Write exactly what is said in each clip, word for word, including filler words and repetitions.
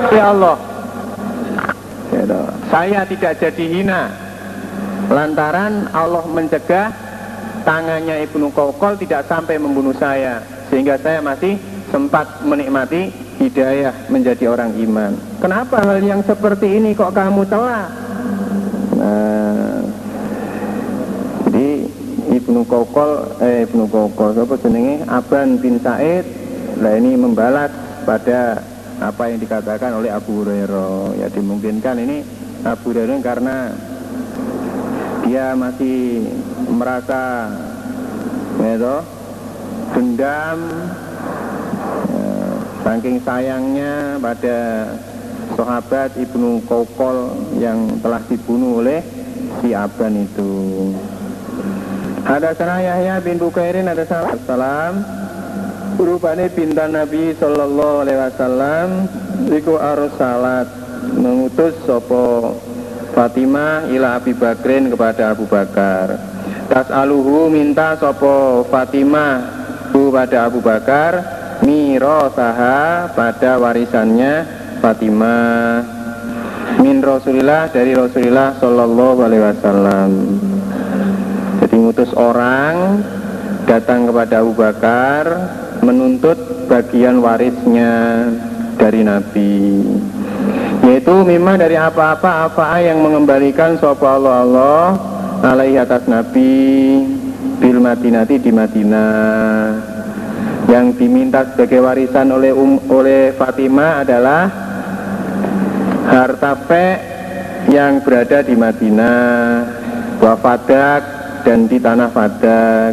Ya Allah, saya tidak jadi hina lantaran Allah mencegah tangannya Ibnu Qaukol tidak sampai membunuh saya, sehingga saya masih sempat menikmati hidayah menjadi orang iman. Kenapa hal yang seperti ini kok kamu telah? Nah, jadi Ibnu Qaukol, eh Ibnu Qaukol, apa jenenge? Aban bin Said, lah ini membalas pada apa yang dikatakan oleh Abu Hurairah. Ya dimungkinkan ini Abu Hurairah karena dia masih merasa ya, dendam ya, saking sayangnya pada sahabat Ibnu Qaukol yang telah dibunuh oleh si Aban itu. Ada sana Yahya bin Bukairin ada salam rupane pintan Nabi sallallahu alaihi wasallam iku arsalat mengutus sapa Fatimah ila Abi Bakrin kepada Abu Bakar. Tas'aluhu minta sapa Fatimah kepada Abu Bakar mirasaha pada warisannya Fatimah min Rasulillah dari Rasulillah sallallahu alaihi wasallam. Jadi ngutus orang datang kepada Abu Bakar menuntut bagian warisnya dari Nabi, yaitu memang dari apa-apa apa yang mengembalikan sapa Allah Allah alaihi atas Nabi bil Madinati di Madinah. Yang diminta sebagai warisan oleh um, oleh Fatimah adalah harta fe yang berada di Madinah, wa fadak dan di tanah Fadak.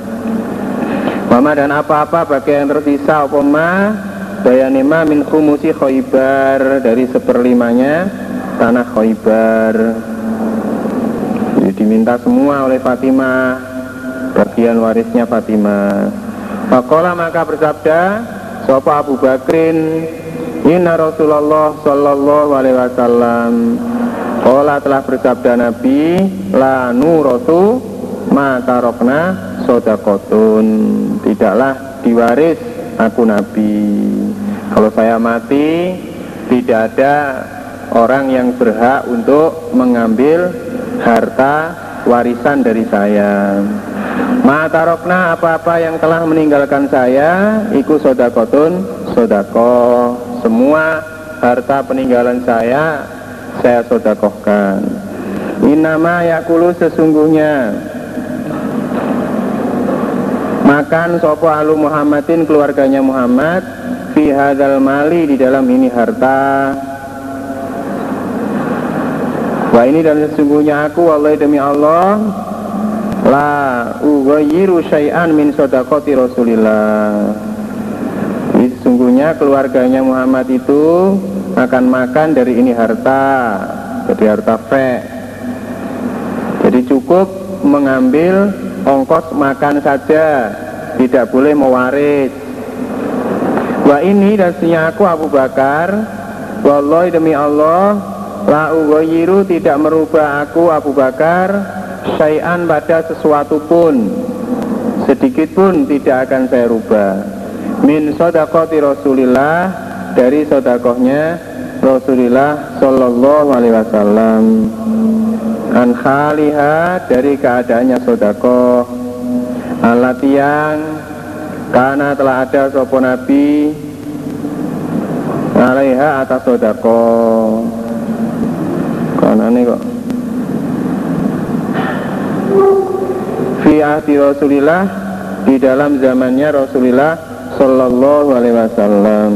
Mama dan apa-apa bagian yang tersisa opoma bayanima min khumusi Khaybar dari seperlimanya tanah Khaybar. Jadi diminta semua oleh Fatimah bagian warisnya Fatimah. Faqala maka bersabda sapa Abu Bakrin inna Rasulullah sallallahu alaihi wasallam qala telah bersabda Nabi la nuratu ma tarokna sodakotun, tidaklah diwaris aku Nabi. Kalau saya mati tidak ada orang yang berhak untuk mengambil harta warisan dari saya. Ma tarokna apa-apa yang telah meninggalkan saya iku sodakotun sodako, semua harta peninggalan saya saya sodakohkan. Inama yakulu sesungguhnya makan sopo alu Muhammadin keluarganya Muhammad fi hadzal mali di dalam ini harta. Wah ini dan sesungguhnya aku wallahi demi Allah la ughayyiru syai'an min shadaqati Rasulillah. Jadi sesungguhnya keluarganya Muhammad itu akan makan dari ini harta, jadi harta fe. Jadi cukup mengambil ongkos makan saja, tidak boleh mewaris. Wa ini dan sesungguhnya aku Abu Bakar wallahi demi Allah la ughayyiru tidak merubah aku Abu Bakar syai'an pada sesuatu pun, sedikit pun tidak akan saya rubah min shadaqati Rasulillah dari sedekahnya Rasulullah sallallahu alaihi wasallam an khaliha dari keadaannya sedekah alat yang karena telah ada sapa Nabi alaiha atas sedekah. Karena ini kok fi ahdi Rasulillah di dalam zamannya Rasulullah sallallahu alaihi wasallam.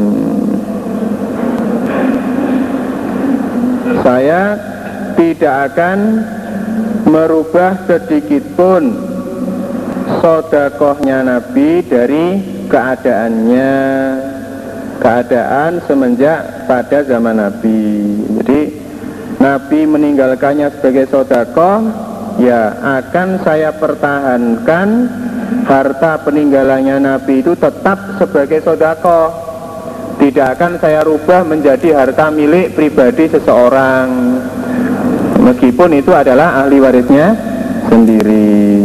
Saya tidak akan merubah sedikit pun sedekahnya Nabi dari keadaannya, keadaan semenjak pada zaman Nabi. Jadi Nabi meninggalkannya sebagai sedekah, ya akan saya pertahankan harta peninggalannya Nabi itu tetap sebagai sedekah. Tidak akan saya rubah menjadi harta milik pribadi seseorang, meskipun itu adalah ahli warisnya sendiri.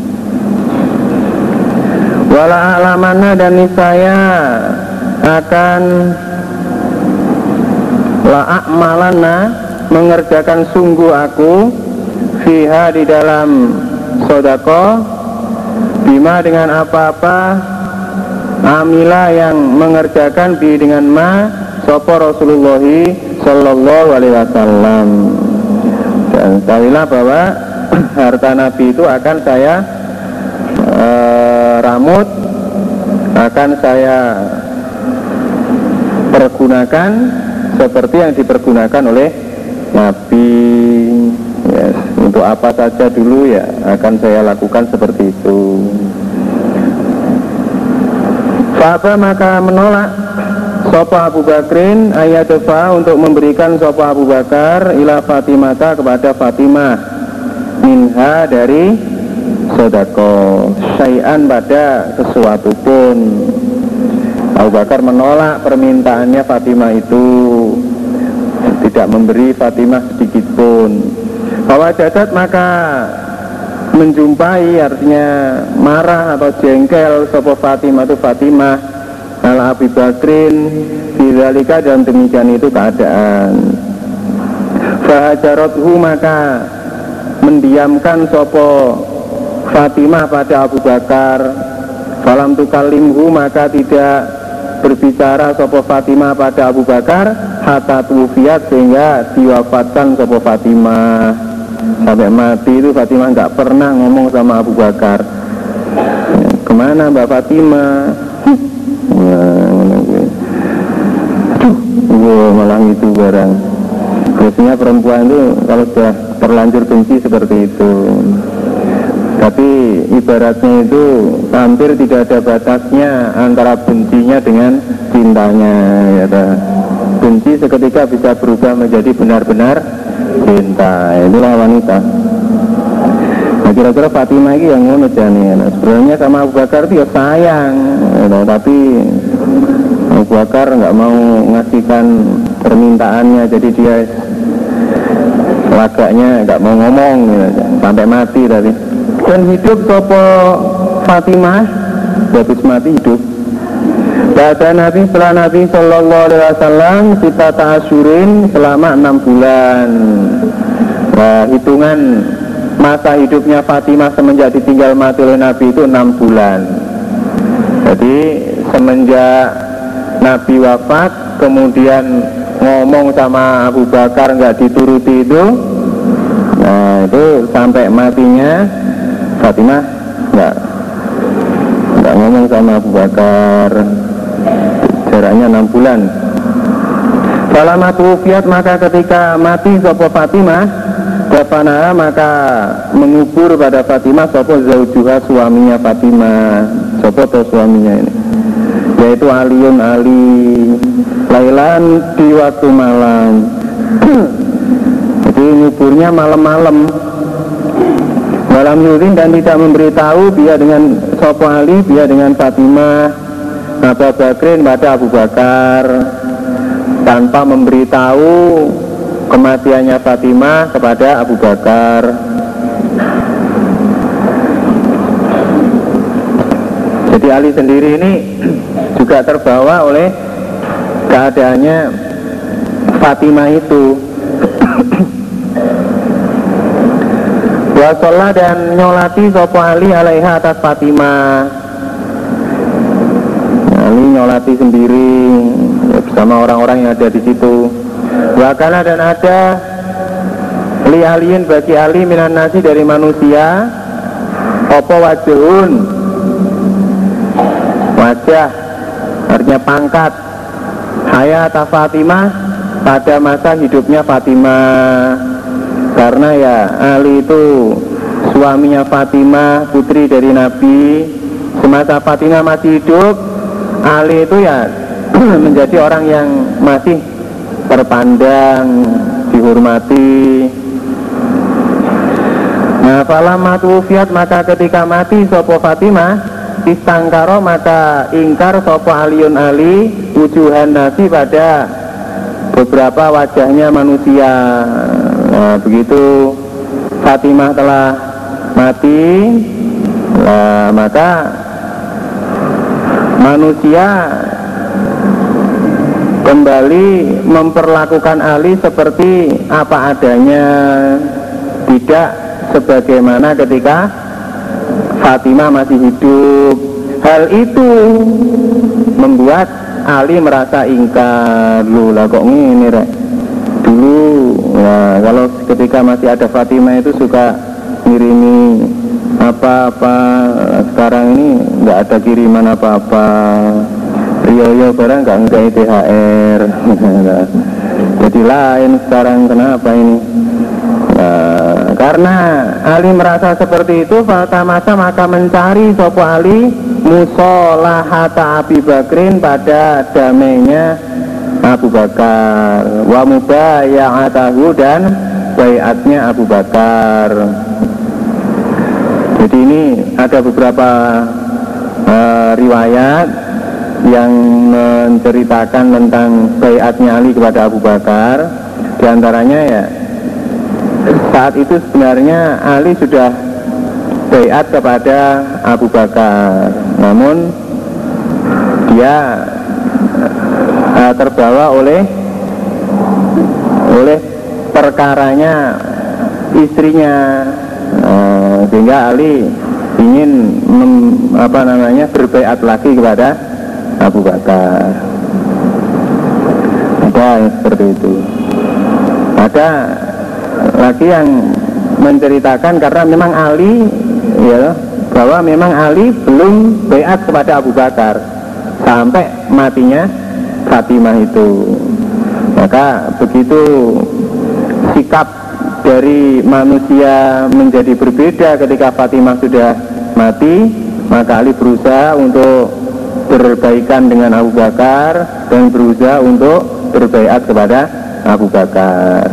Wala alamana dan niscaya akan la a'malana, mengerjakan sungguh aku, fiha, di dalam sedekah, bima, dengan apa-apa, amila, yang mengerjakan, bi, dengan ma, sapa Rasulullah sallallahu alaihi wasallam. Dan ketahuilah bahwa harta Nabi itu akan saya eh, ramut, akan saya pergunakan seperti yang dipergunakan oleh Nabi. Yes. Untuk apa saja dulu ya akan saya lakukan seperti itu. Fa'aba, maka menolak sapa Abu Bakrin, ayatfa, untuk memberikan sapa Abu Bakar, ila Fatimata, kepada Fatimah, minha, dari sedekah, syai'an, pada sesuatu pun. Abu Bakar menolak permintaannya Fatimah itu, tidak memberi Fatimah sedikit pun. Bahwa jadat, maka menjumpai, artinya marah atau jengkel sapa Fatimah itu Fatimah ala Abu Bakrin, bidzalika, dalam demikian itu keadaan. Fahajarathu, maka mendiamkan sapa Fatimah pada Abu Bakar. Falam tukallimhu, maka tidak berbicara sapa Fatimah pada Abu Bakar, hatta tuwfiyat, sehingga diwafatkan sapa Fatimah. Sampai mati itu Fatimah nggak pernah ngomong sama Abu Bakar, kemana Mbak Fatimah? Aduh, malah itu barang. Biasanya perempuan itu kalau sudah terlanjur benci seperti itu. Tapi ibaratnya itu hampir tidak ada batasnya antara bencinya dengan cintanya, ya tak? Benci seketika bisa berubah menjadi benar-benar cinta. Itulah wanita. Nah, kira-kira Fatimah ini yang ngono jane. Nah, sebenarnya sama Abu Bakar itu ya sayang, ya, tapi Abu Bakar nggak mau ngasihkan permintaannya, jadi dia lagaknya nggak mau ngomong, ya, sampai mati tadi. Dan hidup sopo Fatimah, habis mati hidup. Baca Nabi, setelah Nabi Sallallahu Alaihi Wasallam, kita ta'asyurin, selama enam bulan. Nah, hitungan masa hidupnya Fatimah semenjak ditinggal mati oleh Nabi itu enam bulan. Jadi semenjak Nabi wafat, kemudian ngomong sama Abu Bakar nggak dituruti itu, nah itu sampai matinya Fatimah nggak nggak ngomong sama Abu Bakar. Jaraknya enam bulan. Selama tufiat, maka ketika mati sopo Fatimah, dafana, maka mengubur pada Fatimah sopo zaujuha, suaminya Fatimah. Sopo to suaminya ini, yaitu Aliun, Ali, Lailan, di waktu malam. Jadi nguburnya malam-malam. Dalam yurin, dan tidak memberitahu dia dengan sopo Ali, dia dengan Fatimah, Abu Bakrin pada Abu Bakar, tanpa memberitahu kematiannya Fatimah kepada Abu Bakar. Jadi Ali sendiri ini juga terbawa oleh keadaannya Fatimah itu. Wasolah, dan nyolati sopo Ali alaiha, atas Fatimah. Ali nyolati sendiri ya, bersama orang-orang yang ada di situ. Wakala, dan ada li aliin, bagi Ali, minan nasi, dari manusia, opo wajhun, wajah, artinya pangkat, hayat Fatimah, pada masa hidupnya Fatimah. Karena ya Ali itu suaminya Fatimah, putri dari Nabi. Semasa Fatimah masih hidup, Ali itu ya menjadi orang yang masih terpandang, dihormati. Nah, falamma tufiat, maka ketika mati sopo Fatimah, istangkaro, maka ingkar sopo Aliun Ali, wujuhan nasi, pada beberapa wajahnya manusia. Nah, begitu Fatimah telah mati, nah, maka manusia kembali memperlakukan Ali seperti apa adanya, tidak sebagaimana ketika Fatimah masih hidup. Hal itu membuat Ali merasa ingkar, loh lah kok ngene rek. Dulu ya kalau ketika masih ada Fatimah itu suka ngirimi apa-apa, sekarang ini nggak ada kiriman apa-apa. Riyoyo barang nggak nggak T H R. Jadi lain sekarang, kenapa ini? Nah, karena Ali merasa seperti itu, Fatamasa maka mencari sopo Ali musolahata Abi Bakrin, pada damainya Abu Bakar, wa mubaya'atahu, dan baiatnya Abu Bakar. Jadi ini ada beberapa uh, riwayat yang menceritakan tentang baiatnya Ali kepada Abu Bakar. Di antaranya ya, saat itu sebenarnya Ali sudah baiat kepada Abu Bakar, namun dia uh, terbawa oleh oleh perkaranya istrinya, uh, sehingga Ali ingin mem, apa namanya berbaiat lagi kepada Abu Bakar. Ada yang seperti itu. Ada lagi yang menceritakan karena memang Ali ya, bahwa memang Ali belum baiat kepada Abu Bakar sampai matinya Fatimah itu. Maka begitu sikap dari manusia menjadi berbeda ketika Fatimah sudah mati, maka Ali berusaha untuk berbaikan dengan Abu Bakar dan berusaha untuk berbaiat kepada Abu Bakar.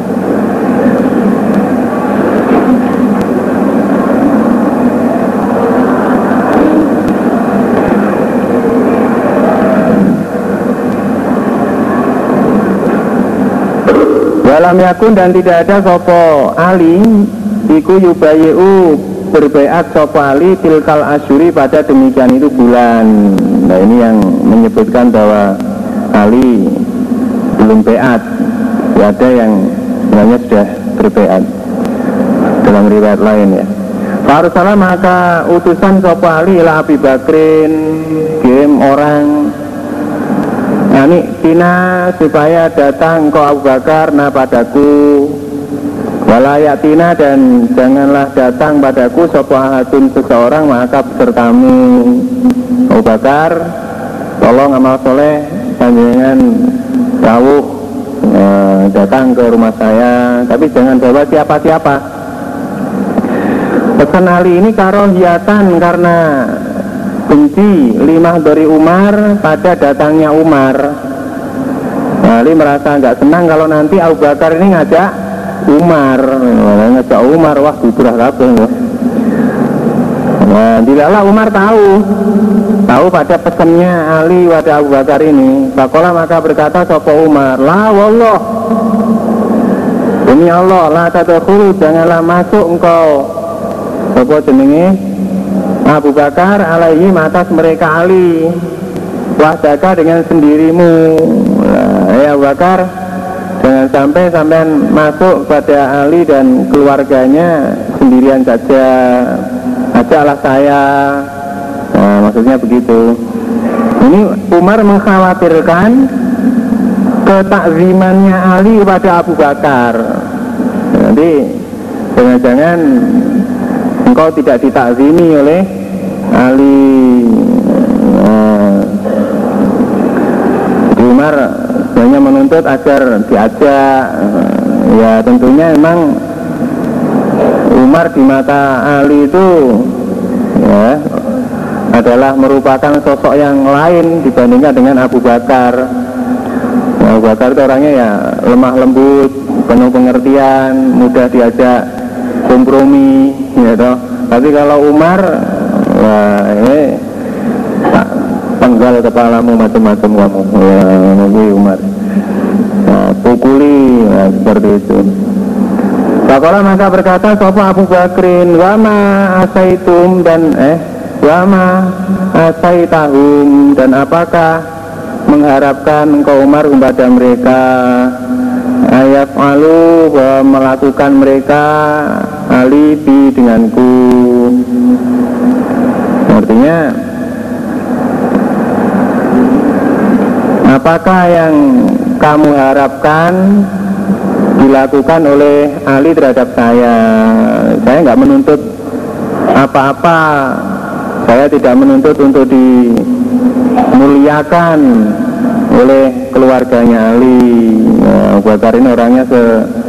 Walam yakun, dan tidak ada sopo Ali iku yubayi'u berbaiat sopo Ali tilkal asyuri, pada demikian itu bulan. Nah ini yang menyebutkan bahwa Ali belum baiat. Ada yang sebenarnya sudah berbaiat dalam riwayat lain ya. Farsalah, maka utusan sopo Ali ila Abi Bakrin, kirim orang, yani tina supaya datang ke Abu Bakar na padaku, walayatina, dan janganlah datang padaku sopahatun seseorang maka besertamu. Abu Bakar, tolong amal soleh panjenengan jauh eh, datang ke rumah saya, tapi jangan bawa siapa-siapa. Pesan Ali ini karohiyatan, karena benci limah dari Umar pada datangnya Umar. Ali merasa nggak senang kalau nanti Abu Bakar ini ngajak Umar, ngajak Umar, wah bubrah kabeh. Nah, dilala Umar tahu, tahu pada pesannya Ali pada Abu Bakar ini. Fakola, maka berkata sopo Umar, la wallah, demi Allah, la tadkhulu, janganlah masuk engkau, sopo jenenge Abu Bakar alaihi, atas mereka Ali, wahdaka, dengan sendirimu. Nah, ya Abu Bakar, jangan sampai sampean masuk pada Ali dan keluarganya sendirian saja, ajaklah saya. Nah, maksudnya begitu. Ini Umar mengkhawatirkan ketakzimannya Ali kepada Abu Bakar. Jadi jangan-jangan engkau tidak ditakzimi oleh Ali. Nah, Umar sebenarnya menuntut agar diajak. Ya tentunya memang Umar di mata Ali itu ya adalah merupakan sosok yang lain dibandingkan dengan Abu Bakar. Nah, Abu Bakar itu orangnya ya lemah lembut, penuh pengertian, mudah diajak kompromi, ya toh. Tapi kalau Umar, wah ini penggal kepalamu macam-macam kamu, ya Nabi Umar. Nah, pukuli, nah, seperti itu. Fakola, maka berkata sopa Abu Bakrin, wama asaitum, dan eh wama asaitahum, dan apakah mengharapkan engkau Umar kepada mereka, ayat malu bahwa melakukan mereka alibi denganku. Artinya, apakah yang kamu harapkan dilakukan oleh Ali terhadap saya? Saya nggak menuntut apa-apa. Saya tidak menuntut untuk dimuliakan oleh keluarganya Ali. Nah, Abu Bakar ini orangnya se,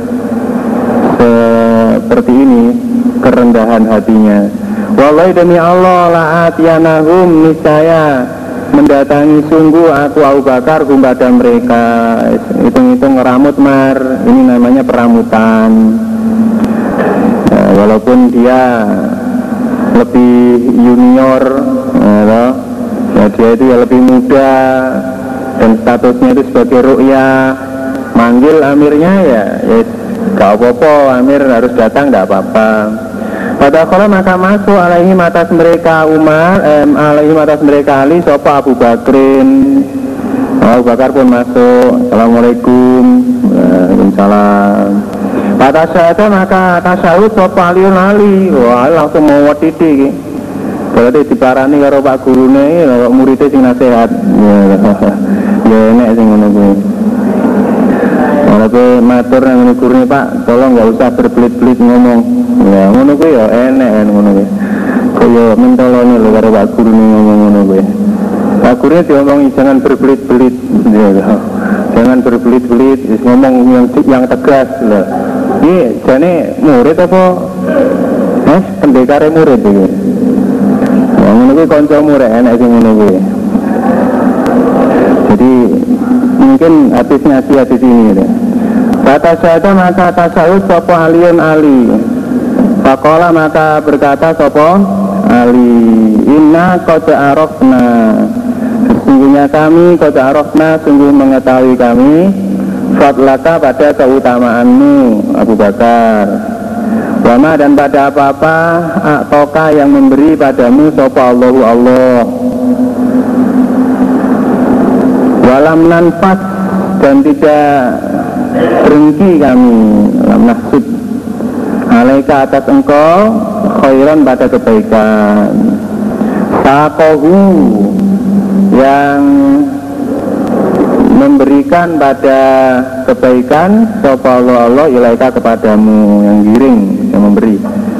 seperti ini, kerendahan hatinya. Wallahi demi Allah, la'atiyanahum, niscaya mendatangi sungguh aku Abu Bakar kepada mereka. Hitung-hitung ngeramut Mar, ini namanya peramutan. Nah, walaupun dia lebih junior, ya, ya dia itu ya lebih muda dan statusnya itu sebagai ru'yah, manggil amirnya ya, ya gak apa-apa, amir harus datang gak apa-apa. Pada kala maka masuk alaihi atas mereka Umar, eh, alaihi atas mereka Ali, sopa Abu Bakrin. Abu Bakar pun masuk. Assalamualaikum. Waalaikumsalam. Pada saat maka tasyahud sopa Aliun Ali. Wah, langsung mau watiti. Berarti diparani karo Pak Gurune, karo muridnya sing nasihat. Ya enek sing ngono kuwi. Walaupun matur nang ngene gurune Pak, tolong enggak usah berbelit-belit ngomong. Ya ngono kuwi ya enek kan ngono kuwi. Kaya mentolone lho karo Pak Gurune ngomong ngono kuwi. Pak Gurune diomongi jangan berbelit-belit. Ya, jangan berbelit-belit, ngomong yang yang tegas lho. Iki jane murid apa? Mas, pendekare murid iki. Ya ngono kuwi kanca murid enek sing ngono kuwi. Jadi mungkin habis nasihat di sini ya. Kata syahada maka tasawuf sopo Aliun Ali. Fakola maka berkata sopo Ali, inna qad arafna, sesungguhnya kami qad arafna, sungguh mengetahui kami fadlaka pada keutamaanmu Abu Bakar. Wama dan pada apa-apa atoka yang memberi padamu sopo Allahu Allah. Walam nanfas dan tidak berhenti kami, lam nahsud alaika atas engkau khairan pada kebaikan. Sakohu yang memberikan pada kebaikan sapa Allah ilaika kepadamu, yang giring, yang memberi.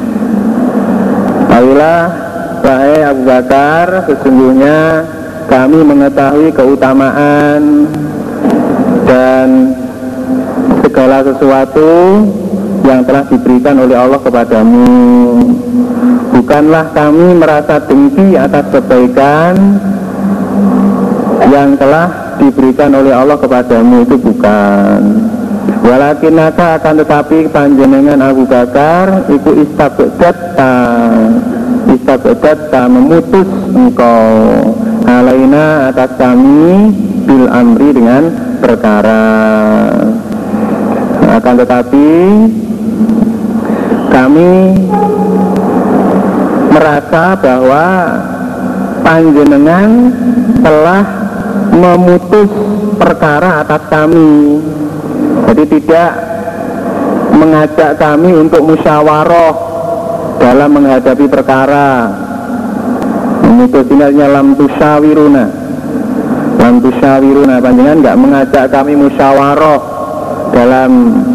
Awilah wahai Abu Bakar, sesungguhnya kami mengetahui keutamaan dan segala sesuatu yang telah diberikan oleh Allah kepadamu. Bukanlah kami merasa dengki atas kebaikan yang telah diberikan oleh Allah kepadamu, itu bukan. Walakinaka akan tetapi panjenengan Abu Bakar iku istabdatta, istabdatta memutus engkau alaina atas kami bil amri dengan perkara. Akan tetapi kami merasa bahwa panjenengan telah memutus perkara atas kami. Jadi tidak mengajak kami untuk musyawarah dalam menghadapi perkara. Memutus ini artinya lam tusyawiruna, lam tusyawiruna, panjenengan enggak mengajak kami musyawarah dalam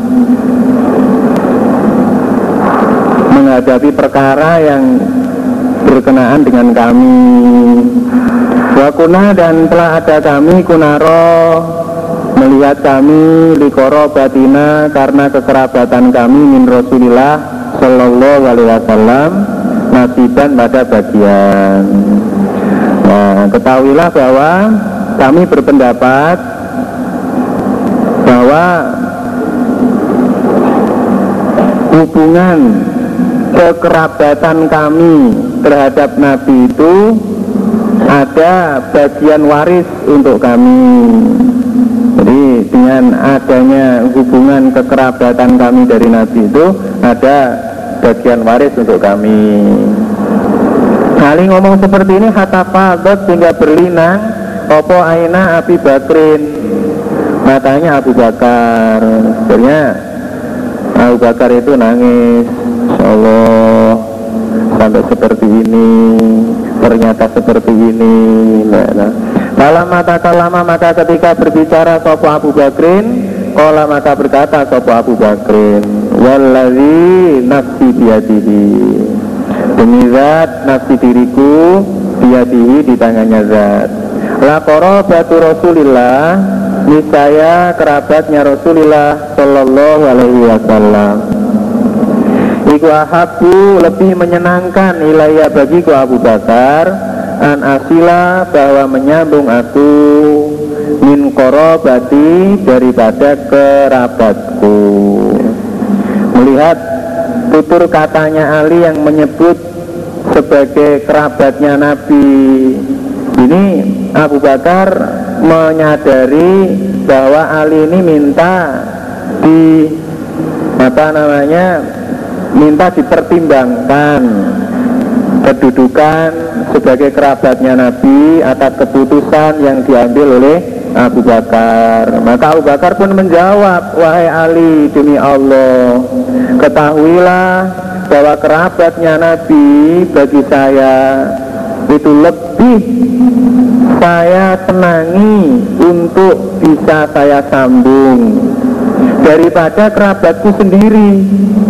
menghadapi perkara yang berkenaan dengan kami. Wakuna dan telah ada kami kunaro melihat kami likoro batina karena kekerabatan kami min Rasulillah Sallallahu Alaihi Wasallam nasiban pada bagian. Nah, ketahuilah bahwa kami berpendapat bahwa hubungan kekerabatan kami terhadap Nabi itu ada bagian waris untuk kami. Jadi dengan adanya hubungan kekerabatan kami dari Nabi itu ada bagian waris untuk kami. Ali ngomong seperti ini hatta fadat sehingga berlinang opo aina Abi Bakrin, matanya Abu Bakar. Sebenarnya Abu Bakar itu nangis, Allah sampai seperti ini, ternyata seperti ini. Nah, dalam mata kalama, maka ketika berbicara sopo Abu Bakrin, kola maka berkata sopo Abu Bakrin, wallazi nafsi biyadihi, demi zat nafsi diriku biyadihi, di tangannya zat. La qarabatu Rasulillah, niscaya kerabatnya Rasulullah sallallahu alaihi wasallam, iku ahabbu, lebih menyenangkan, ilayya bagiku Abu Bakar, an asila, bahwa menyambung aku, min qarabati, daripada kerabatku. Melihat tutur katanya Ali yang menyebut sebagai kerabatnya Nabi ini, Abu Bakar menyadari bahwa Ali ini minta di apa namanya minta dipertimbangkan kedudukan sebagai kerabatnya Nabi atas keputusan yang diambil oleh Abu Bakar. Maka Abu Bakar pun menjawab, wahai Ali, demi Allah, ketahuilah bahwa kerabatnya Nabi bagi saya itu lebih saya senangi untuk bisa saya sambung daripada kerabatku sendiri.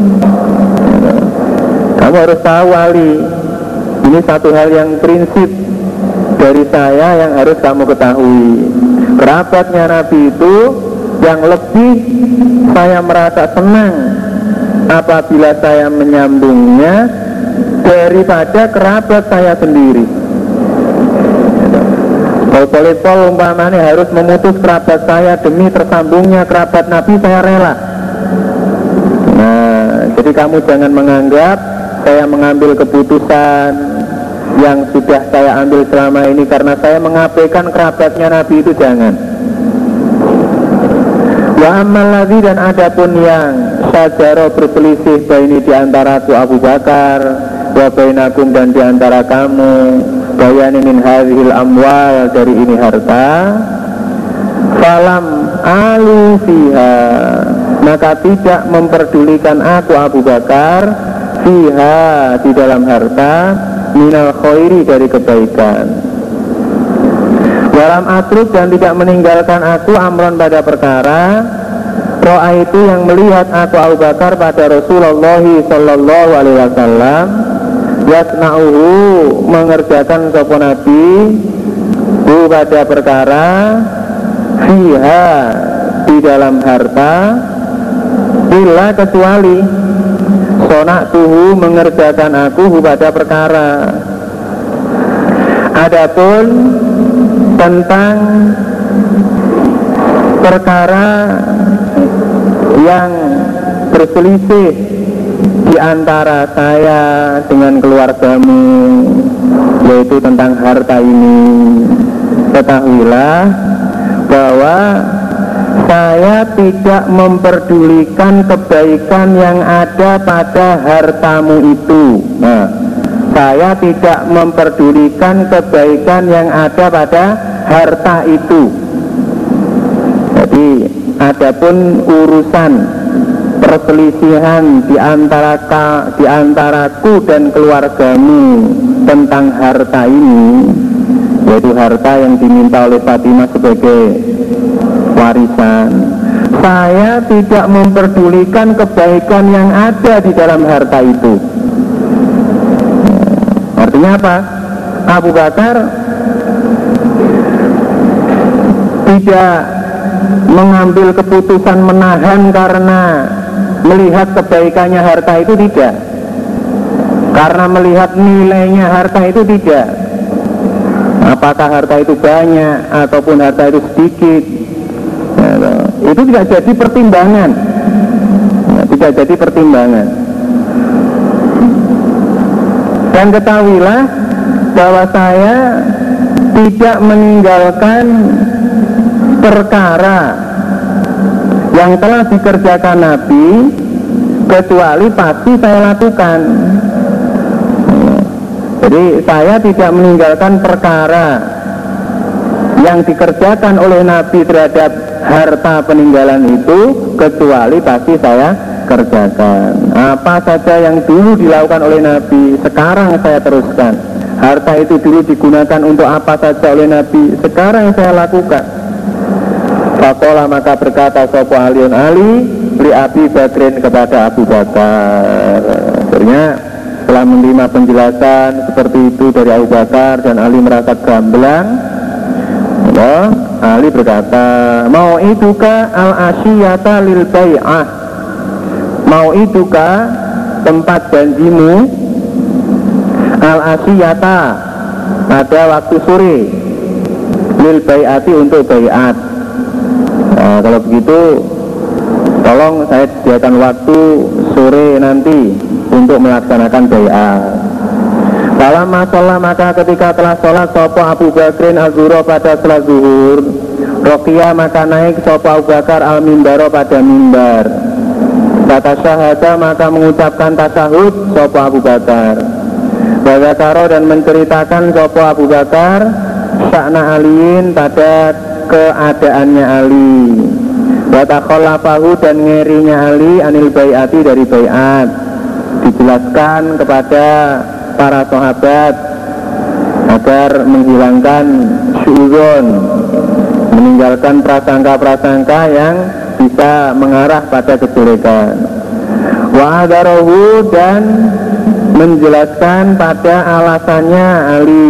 Kamu harus tahu Ali, ini satu hal yang prinsip dari saya yang harus kamu ketahui. Kerabatnya Nabi itu yang lebih saya merasa senang apabila saya menyambungnya daripada kerabat saya sendiri. Kalau pol umpamanya harus memutus kerabat saya demi tersambungnya kerabat Nabi, saya rela. Nah, jadi kamu jangan menganggap saya mengambil keputusan yang sudah saya ambil selama ini karena saya mengabaikan kerabatnya Nabi, itu jangan. Wa ammal ladzi, dan adapun yang sajaro berselisih baini di antaraku Abu Bakar wa bainakum, dan di antara kamu, bayani min hadhil amwal, dari ini harta, falam alu fiha, maka tidak memperdulikan aku Abu Bakar fiha, di dalam harta, minal khairi, dari kebaikan. Walam atruk, dan tidak meninggalkan aku amron, pada perkara, ro'a itu yang melihat aku Abu Bakar pada Rasulullah sallallahu alaihi wasallam, yasna'uhu, mengerjakan sapa Nabi, hu, pada perkara, fiha, di dalam harta, illa, kecuali, sona'tuhu, mengerjakan aku, hu, pada perkara. Adapun tentang perkara yang berselisih di antara saya dengan keluargamu, yaitu tentang harta ini, ketahuilah bahwa saya tidak memperdulikan kebaikan yang ada pada hartamu itu. Nah, saya tidak memperdulikan kebaikan yang ada pada harta itu. Jadi, adapun urusan perselisihan di antara ka, di antaraku dan keluargamu tentang harta ini, yaitu harta yang diminta oleh Fatimah sebagai warisan, saya tidak memperdulikan kebaikan yang ada di dalam harta itu. Artinya apa? Abu Bakar tidak mengambil keputusan menahan karena melihat kebaikannya harta itu, tidak. Karena melihat nilainya harta itu, tidak. Apakah harta itu banyak ataupun harta itu sedikit, itu tidak jadi pertimbangan, tidak jadi pertimbangan. Dan ketahuilah bahwa saya tidak meninggalkan perkara yang telah dikerjakan Nabi kecuali pasti saya lakukan. Jadi saya tidak meninggalkan perkara yang dikerjakan oleh Nabi terhadap harta peninggalan itu kecuali pasti saya kerjakan. Apa saja yang dulu dilakukan oleh Nabi sekarang saya teruskan. Harta itu dulu digunakan untuk apa saja oleh Nabi sekarang saya lakukan. Faqala maka berkata sapa Aliun Ali li Abi Bakrin kepada Abu Bakar. Akhirnya setelah menerima penjelasan seperti itu dari Abu Bakar dan Ali merasa gamblang, ya, Ali berkata, mau iduka al-asyiyata lil bai'ah, mau iduka tempat janjimu al-asyiyata pada waktu sore lil bai'ati untuk bai'at. Nah, kalau begitu tolong saya sediakan waktu sore nanti untuk melaksanakan bai'at. Dalam masalah maka ketika telah sholat sopo Abu Bakrin az-zuhra pada sholat zuhur, roqiyah maka naik sopo Abu Bakar al-mimbaro pada mimbar. Kata syahada maka mengucapkan tasahud sopo Abu Bakar. Bazakaro dan menceritakan sopo Abu Bakar sya'na aliin pada keadaannya Ali. Watakhollafahu dan ngerinya Ali anil bai'ati dari bai'at. Dijelaskan kepada para sahabat agar menghilangkan syu'uzon, meninggalkan prasangka-prasangka yang bisa mengarah pada kejelekan. Wa adarahu dan menjelaskan pada alasannya Ali.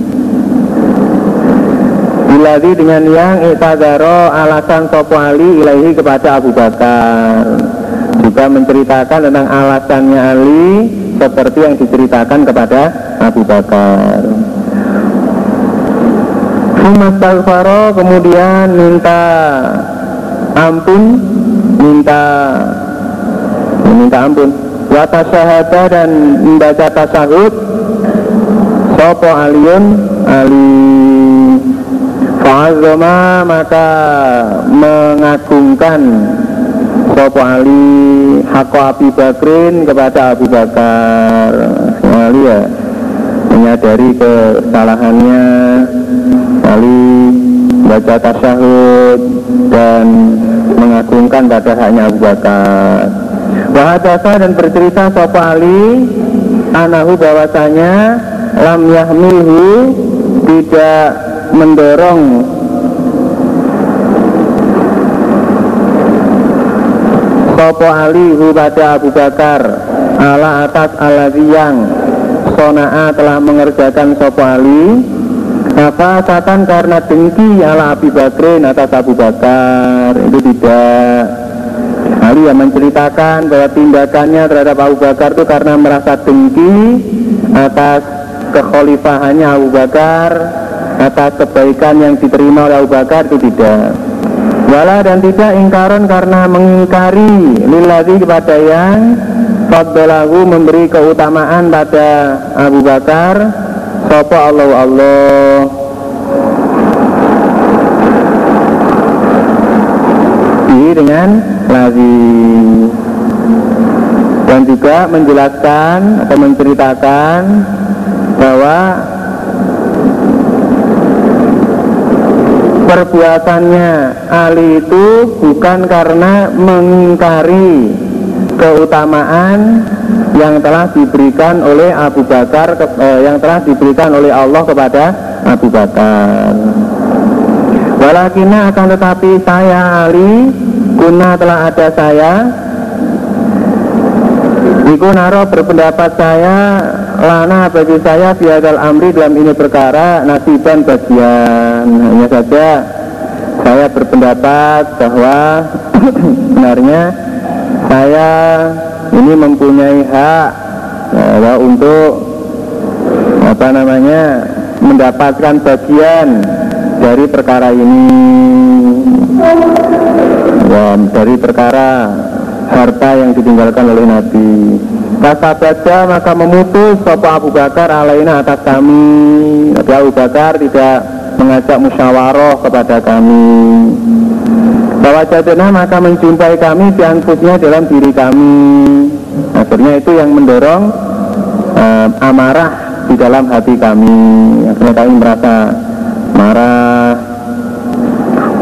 Biladi dengan yang itadaro alasan sopo Ali ilaihi kepada Abu Bakar. Juga menceritakan tentang alasannya Ali seperti yang diceritakan kepada Abu Bakar. Fumastaghfaro kemudian minta ampun, minta minta ampun. Wa tasyahada dan membaca tasyahud sopo Aliun Ali. Fa'azoma maka mengagungkan sopo Ali haqqa Abi Bakrin kepada Abu Bakar. Ali ya menyadari kesalahannya, Ali baca tasyahud dan mengagungkan pada haknya Abu Bakar. Wahadasa dan bercerita sopo Ali anahu bahwasanya lam yahmilhu tidak mendorong sopo Ali hu pada Abu Bakar ala atas alladzi yang sona'a telah mengerjakan sopo Ali apa satan karena dengki ala Abi Bakrin atas Abu Bakar. Itu tidak. Ali yang menceritakan bahwa tindakannya terhadap Abu Bakar itu karena merasa dengki atas kekhalifahannya Abu Bakar, atas kebaikan yang diterima oleh Abu Bakar. Itu tidak. Wala dan tidak ingkaron karena mengingkari lilladzi kepada yang faddalahu memberi keutamaan pada Abu Bakar sapa Allah Allah. Ini dengan lazim. Dan juga menjelaskan atau menceritakan bahwa perbuatannya Ali itu bukan karena mengingkari keutamaan yang telah diberikan oleh Abu Bakar, eh, yang telah diberikan oleh Allah kepada Abu Bakar. Walakinna akan tetapi saya Ali, kuna telah ada saya, iku naro berpendapat saya, lana bagi saya biadal amri dalam ini perkara nasiban bagian. Hanya saja saya berpendapat bahwa sebenarnya saya ini mempunyai hak ya, untuk apa namanya mendapatkan bagian dari perkara ini ya, dari perkara harta yang ditinggalkan oleh Nabi. Fasabaja maka memutus sapa Abu Bakar alaina atas kami. Nabi Abu Bakar tidak mengajak musyawarah kepada kami. Bahwa jadena maka menjumpai kami di anfusnya dalam diri kami. Akhirnya itu yang mendorong uh, amarah di dalam hati kami. Akhirnya kami merasa marah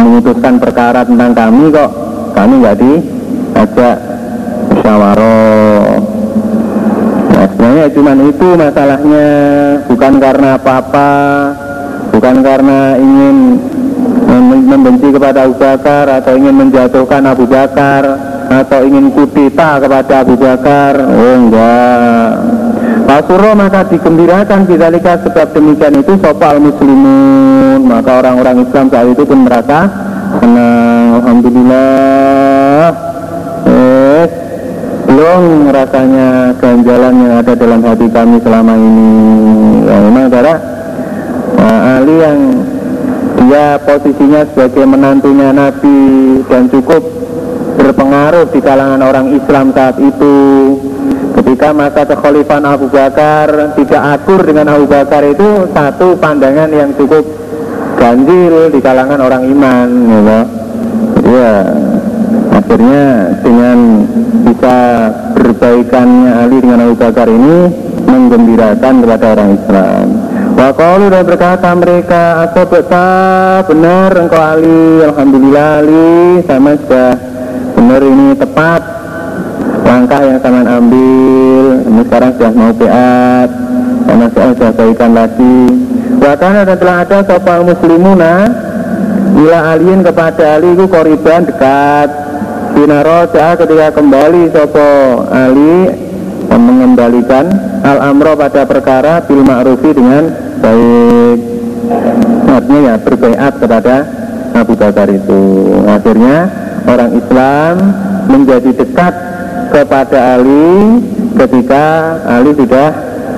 memutuskan perkara tentang kami kok kami nggak diajak musyawarah. Nah, sebenarnya cuma itu masalahnya, bukan karena apa-apa, bukan karena ingin membenci kepada Abu Bakar atau ingin menjatuhkan Abu Bakar atau ingin kudeta kepada Abu Bakar. Oh enggak. Pasuro maka digembirakan bidzalika, sebab demikian itu sopal muslimun, maka orang-orang Islam saat itu pun merasa senang. Alhamdulillah, eh, belum rasanya ganjalan yang ada dalam hati kami selama ini. Ya, memang saudara, nah, Ali yang dia posisinya sebagai menantunya Nabi dan cukup berpengaruh di kalangan orang Islam saat itu. Ketika masa kekhalifahan Abu Bakar tidak akur dengan Abu Bakar, itu satu pandangan yang cukup ganjil di kalangan orang iman, ya. Ya, akhirnya dengan bisa berbaikannya Ali dengan Abu Bakar ini menggembirakan kepada orang Islam. Wa qalu, dan berkata mereka, asabta, benar engkau Ali, alhamdulillah Ali, sama sudah benar, ini tepat langkah yang sama ambil, ini sekarang sudah mau beat, sama sudah baikan lagi. Bahkan ada telah ada sopal muslimuna ila aliin, kepada Ali itu koriban dekat. Binaroja, ketika kembali sopo Ali mengembalikan al-amro pada perkara bil ma'rufi dengan baik, artinya ya berbaiat kepada Abu Bakar itu. Akhirnya orang Islam menjadi dekat kepada Ali ketika Ali sudah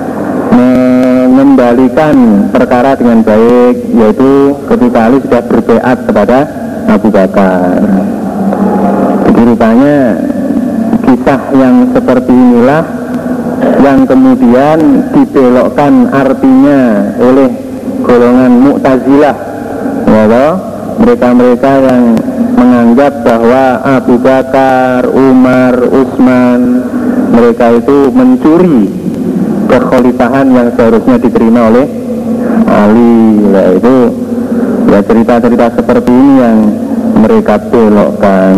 mengembalikan perkara dengan baik, yaitu ketika Ali sudah berbaiat kepada Abu Bakar. Jadi rupanya kisah yang seperti inilah yang kemudian dibelokkan artinya oleh golongan Mu'tazilah, ya, mereka-mereka yang menganggap bahwa Abu Bakar, Umar, Utsman, mereka itu mencuri kekhalifahan yang seharusnya diterima oleh Ali. Nah, itu ya cerita-cerita seperti ini yang mereka belokkan.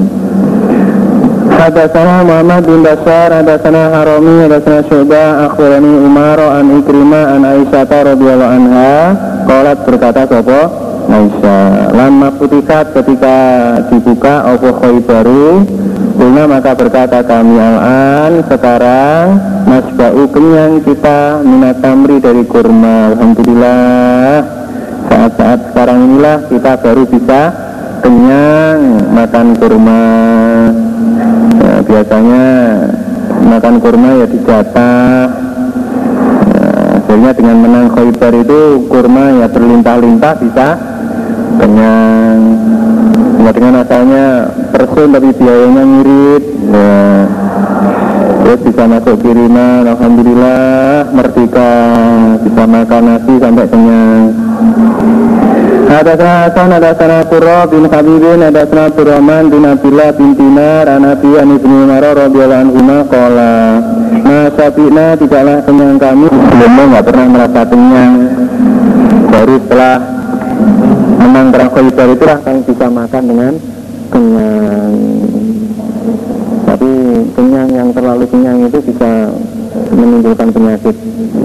Hadatsana Muhammad bin Bashar, hadatsana Harami, hadatsana Syu'bah, akhbarani Umar an Ikrimah an Aisyah radhiyallahu anha, qalat, berkata sapa Aisyah, lama putikat, ketika dibuka apa Khaybaru, Kulna maka berkata kami, al-an sekarang masba'u kenyang kita minat tamri dari kurma. Alhamdulillah, saat-saat sekarang inilah kita baru bisa kenyang makan kurma. Nah, biasanya makan kurma ya dijatah. Nah, akhirnya dengan menang Khaybar itu kurma ya berlimpah-limpah, bisa kenyang. Nah, dengan asalnya persun tapi biayanya mirip. Nah, terus bisa masuk kiriman. Alhamdulillah, merdeka, bisa makan nasi sampai kenyang. Hadatsana Hasan, hadatsana Qurra bin Habibin, hadatsana Abdurrahman bin Abdullah bin Dinar, an Abi an Ibnu Umar radhiyallahu anhuma qala, ma sabina, tidaklah kenyang kami, sebelumnya enggak pernah merasa kenyang, baru setelah menang perang Khaybar itulah kami bisa makan dengan kenyang. Tapi kenyang yang terlalu kenyang itu bisa menimbulkan penyakit.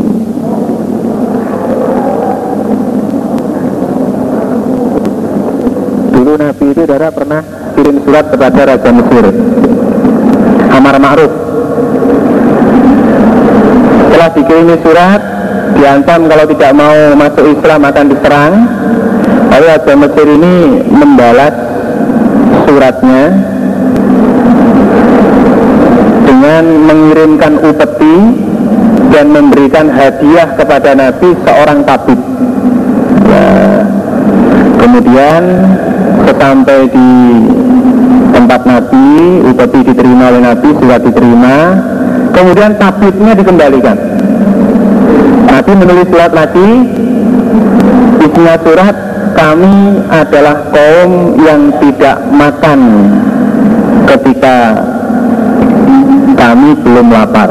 Dulu Nabi itu darah pernah kirim surat kepada Raja Mesir, Amar Ma'ruf. Setelah dikirimi surat, diancam kalau tidak mau masuk Islam akan diserang. Lalu Raja Mesir ini membalas suratnya dengan mengirimkan upeti dan memberikan hadiah kepada Nabi seorang tabib. Ya, kemudian sampai di tempat Nabi, upeti diterima oleh Nabi, surat diterima, kemudian tabibnya dikembalikan. Nabi menulis surat lagi, isinya surat, kami adalah kaum yang tidak makan ketika kami belum lapar,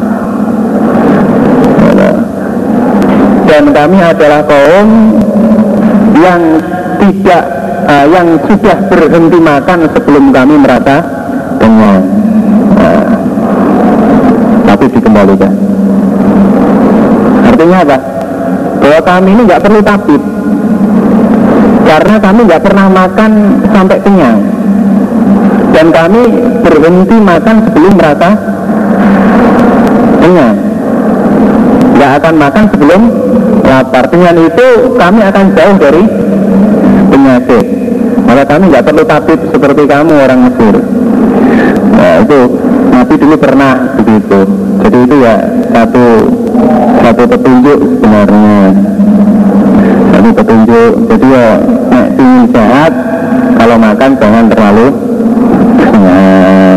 dan kami adalah kaum yang tidak uh, yang sudah berhenti makan sebelum kami merasa kenyang. Nah, tapi dikembalikan. Artinya apa? Bahwa kami ini nggak perlu tabib, karena kami nggak pernah makan sampai kenyang, dan kami berhenti makan sebelum merasa kenyang. Nggak akan makan sebelum lapar. Dengan itu kami akan jauh dari penyakit. Maka kami nggak perlu tabib seperti kamu orang Mesir. Nah, itu Nabi dulu pernah begitu. Jadi itu ya satu satu petunjuk sebenarnya. Satu petunjuk. Jadi ya nek ingin sehat, kalau makan jangan terlalu nah,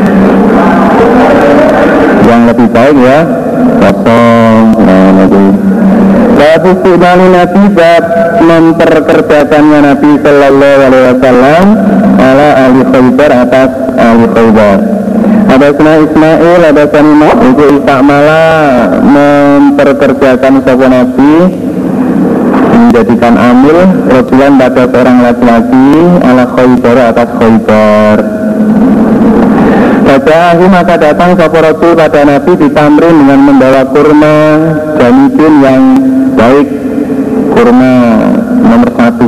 yang lebih baik ya kosong. Nah, nanti bab istiqbali Nabi, bab memperkerjakannya Nabi Sallallahu Alaihi Wasallam ala ahli Khaybar, atas ahli Khaybar. Hadasna Ismail, hadasani Ma'ruf, istakmala memperkerjakan sahabat Nabi, menjadikan amil rajulan pada seorang laki-laki ala Khaybar, atas Khaybar. Bacahi maka datang sahabat Rasul pada Nabi ditamrin dengan membawa kurma janibin yang baik, kurma nomor satu.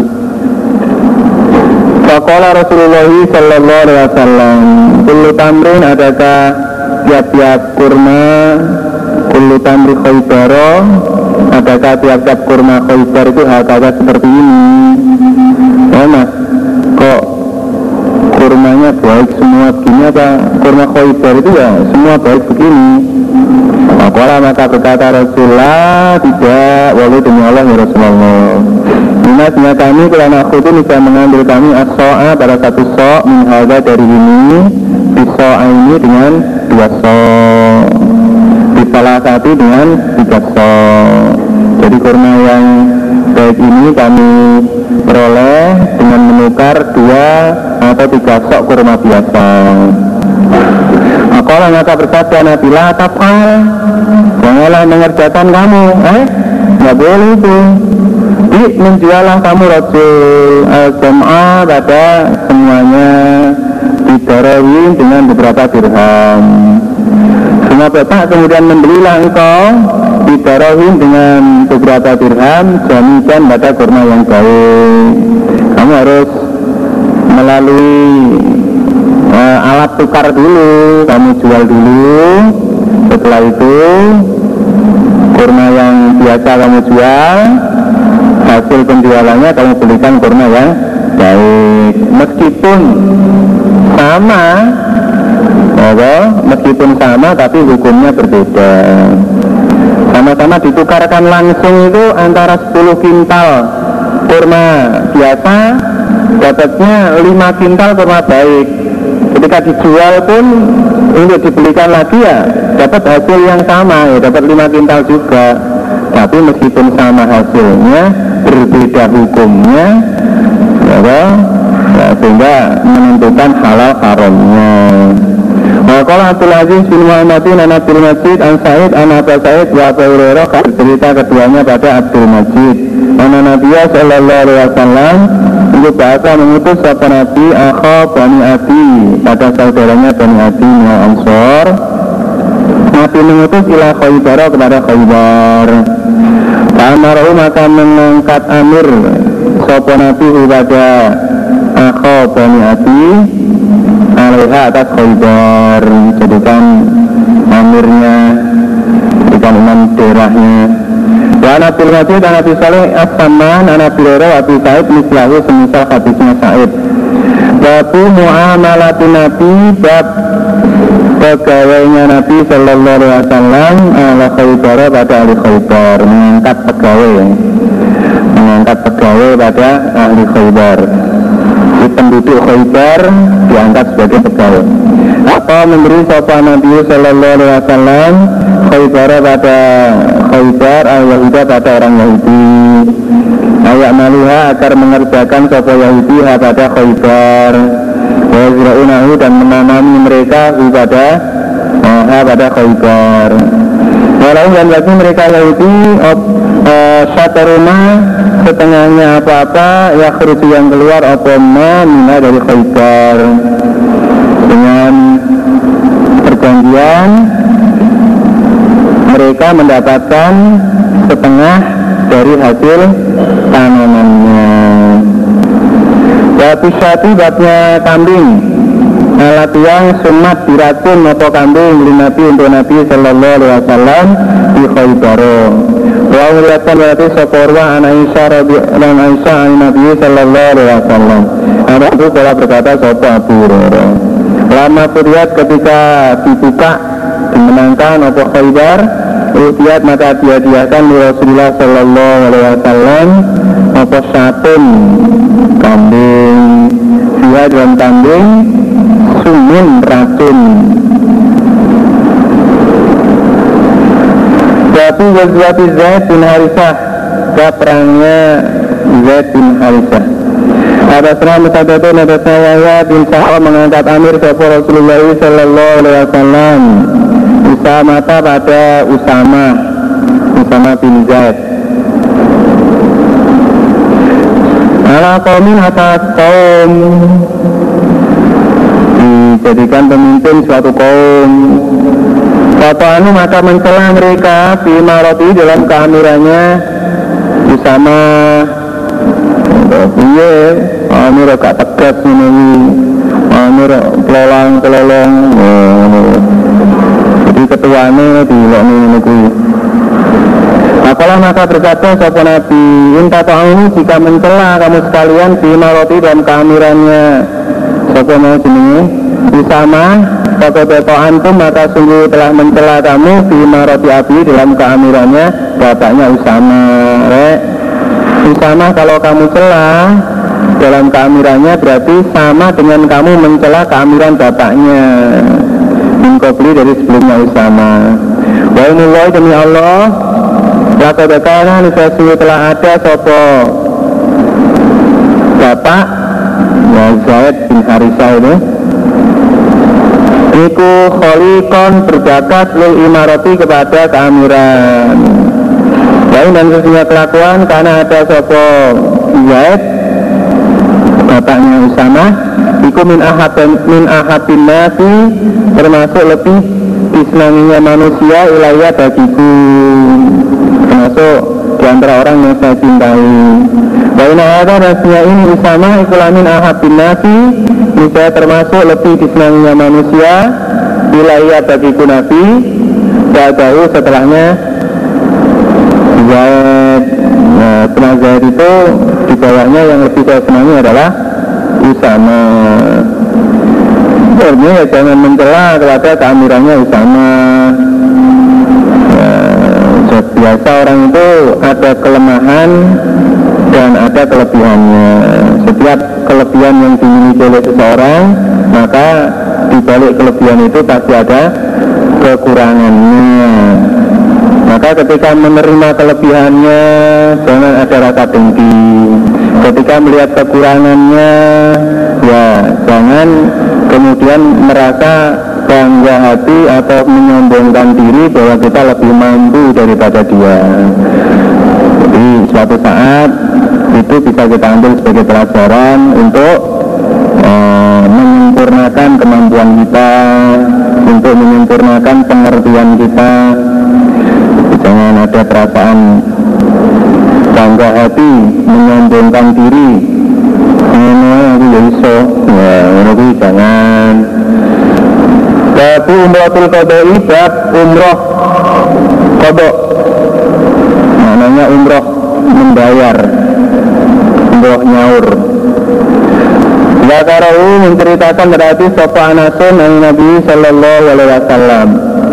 Faqala Rasulullah sallallahu alaihi wasallam, kullu tamrin, adakah tiap-tiap kurma, kullu tamri Khaybara, adakah tiap-tiap kurma Khaybar itu hakata seperti ini. Oh mas, kok kurmanya baik semua begini, apa kurma Khaybar itu ya semua baik begini? Maka maka berkata Rasulullah, tidak, walau demi Allah ya Rasulullah. Minasnya kami kerana aku itu bisa mengambil kami as-so'a pada satu so' minhalga dari ini, biso'a ini dengan dua so', di salah satu dengan tiga so'. Jadi kurma yang baik ini kami peroleh dengan menukar dua atau tiga so' kurma biasa. Maka maka berkata Nabi, la taf'al, janganlah mengerjakan kamu, eh, nggak boleh itu. Di menjualah kamu rajul al-jam'ah pada semuanya didarawin dengan beberapa dirham. Semua bapak kemudian membelilah engkau didarawin dengan beberapa dirham jamikan pada kurma yang baik. Kamu harus melalui uh, alat tukar dulu, kamu jual dulu. Setelah itu kurma yang biasa kamu jual, hasil penjualannya kamu belikan kurma yang baik, meskipun sama, ya, meskipun sama tapi hukumnya berbeda. Sama-sama ditukarkan langsung itu antara sepuluh kintal kurma biasa, dapatnya lima kintal kurma baik. Ketika dijual pun untuk dibelikan lagi ya dapat hasil yang sama, ya dapat lima kintal juga. Tapi meskipun sama hasilnya, berbeda hukumnya, ya, ya, sehingga menentukan halal haramnya. Maka Abdul Aziz bin Muhammadin an Abdul Majid an Sa'id an Abu Sa'id wa Abu Hurairah, cerita keduanya pada Abdul Majid. Anna Nabiya sallallahu alaihi wasallam untuk bahasa mengutus sahabat Nabi akha Bani Adi, pada saudaranya Bani Adi min Ansor. Nabi mengutus ila Khaybar, kepada Khaybar. Amarahu maka mengangkat amir sapa Nabi kepada akha Bani Adi alaiha, atas Khaybar, jadikan amirnya, jadikan imam daerahnya. Wa Nabi Majid dan Nabi Saleh as-Saman dan Nabi Hurairah Nabi Sa'id mislahu semisal hadisnya Sa'id. Babu mu'amalatin Nabi, bab pegawainya Nabi Sallallahu Alaihi Wasallam ala Khaybar, pada ahli Khaybar, mengangkat pegawai, mengangkat pegawai pada ahli Khaybar. Di penduduk Khaybar diangkat sebagai pegawai. Apa memberi sapa Nabi Sallallahu Alaihi Wasallam Khaybar pada Khaybar al-Yahudi, pada orang Yahudi, ayak maluha agar mengerjakan sapa Yahudi pada Khaybar, wazra'unahu dan menanami mereka pada ha pada Khaybar. Walau dan bagi mereka Yahudi syataruma setengahnya apa-apa ya khruju yang keluar apa-ma mina dari Khaybar dengan perjanjian mereka mendapatkan setengah dari hasil tanamannya. Batu syati babnya kambing alat yang sunat diracun atau kambing Nabi untuk Nabi Sallallahu Alaihi Wasallam di Khaybar. Wa melihatkan berarti soporwa anak Aisyah dan Aisyah an Nabi Sallallahu Alaihi Wasallam. Anak itu telah berkata sopo Abu Hurairah. Lama periat ketika dibuka dimenangkan atau Khaybar, utiat maka dihadiahkan di Rasulullah Sallallahu Alaihi Wasallam apa satun kambing. Dia dalam kambing sumun racun. Suatu wazwati Zaid bin Harisah, perangnya Zaid bin Harisah. Ada serah musadatun ada Yahya bin Sa'ad mengangkat amir kepada Rasulullah Sallallahu Alaihi Wasallam. Usama pada Usama Usama bin Zaid ala qaumin atas kaum, dijadikan pemimpin suatu kaum. Fatanu maka mencela mereka fi maroti dalam keamirannya Usama. Iya, amir gak tegas ini, amir pelolang pelolong. Jadi ketuanya di lokni ini. Apalah maka berkata sapa Nabi, inta ta'unu jika mencela kamu sekalian fi maroti dalam keamirannya sapa mau jenenge Usama, Fakototoan pun maka sungguh telah mencela kamu fi maroti Abi dalam keamirannya bapaknya Usama. Rek Usama kalau kamu celah dalam keamirannya berarti sama dengan kamu mencela keamiran bapaknya Mingkobli dari sebelumnya Usama. Wa innallahi demi Allah laqad kana nisatu telah ada sopo bapak ya Zaid bin Harisah ini iku kholikon berbakat lil imarati kepada keamiran. Lain dan sesungguhnya kelakuan karena ada sopo Zaid bapaknya Usama iku min ahad min ahadin nasi termasuk lebih disenanginya manusia ilayah bagiku, termasuk di antara orang yang saya cintai. Baina ada rasanya ini Usama ikulamin ahadin nasi bisa termasuk lebih disenanginya manusia ilayah bagiku Nabi jauh setelahnya Zaid. Nah, setelah Zaid itu di bawahnya yang lebih saya senangi adalah Usama. Artinya ya jangan mencela kepada keamirannya Usama. Ya, biasa orang itu ada kelemahan dan ada kelebihannya. Setiap kelebihan yang dimiliki oleh seseorang, maka di balik kelebihan itu pasti ada kekurangannya. Maka ketika menerima kelebihannya, jangan ada rasa dengki. Ketika melihat kekurangannya, ya jangan kemudian merasa bangga hati atau menyombongkan diri bahwa kita lebih mampu daripada dia. Jadi suatu saat itu bisa kita ambil sebagai pelajaran untuk eh, menyempurnakan kemampuan kita, untuk menyempurnakan pengertian kita. Jangan ada perasaan bangga hati, menyombongkan diri. Ini aku ya iso, ya ini jangan. Babu umrohul qodoi, bab umroh kodok, maknanya umroh membayar, umroh nyaur. Zakarahu menceritakan berarti sopa anasun dari Nabi Sallallahu Alaihi Wasallam.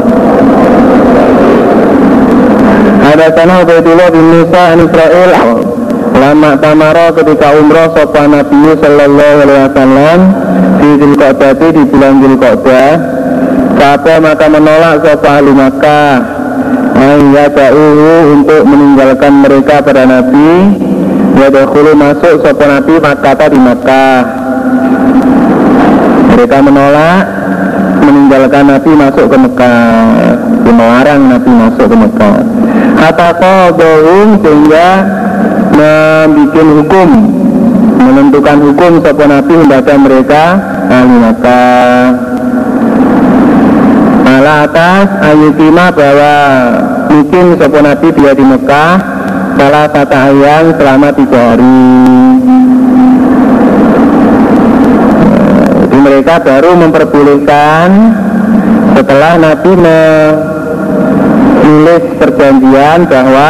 Ada sana Ubaidullah bin Musa an Israel lama tamaro ketika umroh sopa Nabi Sallallahu Alaihi Wasallam di Dzulqa'dah di bulan Dzulqa'dah. Kata maka menolak sopa ahli Makkah ayyada'uhu untuk meninggalkan mereka pada Nabi. Yadakhulu masuk sopa Nabi Makkah di Makkah. Mereka menolak meninggalkan Nabi masuk ke Mekah, melarang Nabi masuk ke Mekah. Ataqadhum, sehingga membuat hukum, menentukan hukum sapa Nabi kepada mereka ahli Mekah. Ala atas ayutima, bahwa mungkin sapa Nabi dia di Mekah salah satu ayam selama tiga hari. Jadi mereka baru memperbolehkan setelah Nabi menulis perjanjian bahwa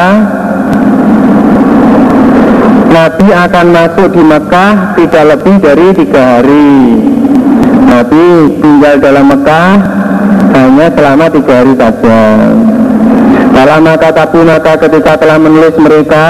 Nabi akan masuk di Mekah tidak lebih dari tiga hari. Nabi tinggal dalam Mekah hanya selama tiga hari saja. Dalam maka tapi maka ketika telah menulis mereka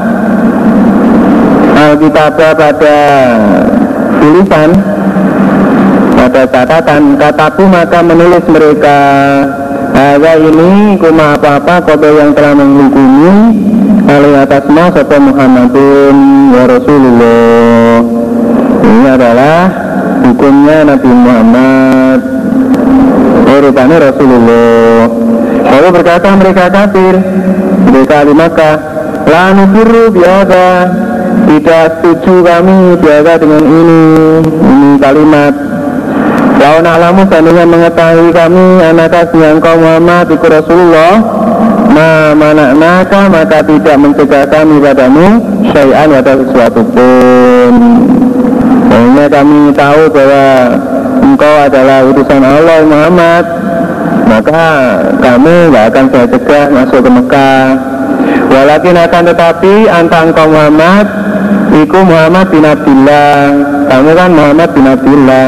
Alkitab pada tulisan, pada catatan, kataku maka menulis mereka ada ini kuma apa-apa kode yang telah menghukumi alih atasnya sapa Muhammadun wa Rasulullah. Ini adalah hukumnya Nabi Muhammad, urutannya Rasulullah. Lalu berkata mereka kafir, mereka di Makkah, la nukiru biada, tidak setuju kami biada dengan ini, ini kalimat. Lau na'lamu, seandainya mengetahui kami anak yang kau Muhammad iku Rasulullah, ma mana'naka, maka tidak mencegah kami padamu syai'an atau sesuatu pun. Sehingga kami tahu bahwa engkau adalah utusan Allah Muhammad, maka kamu tidak akan saya cegah masuk ke Mekah. Walakin akan tetapi anta engkau Muhammad iku Muhammad bin Abdillah, kamu kan Muhammad bin Abdillah,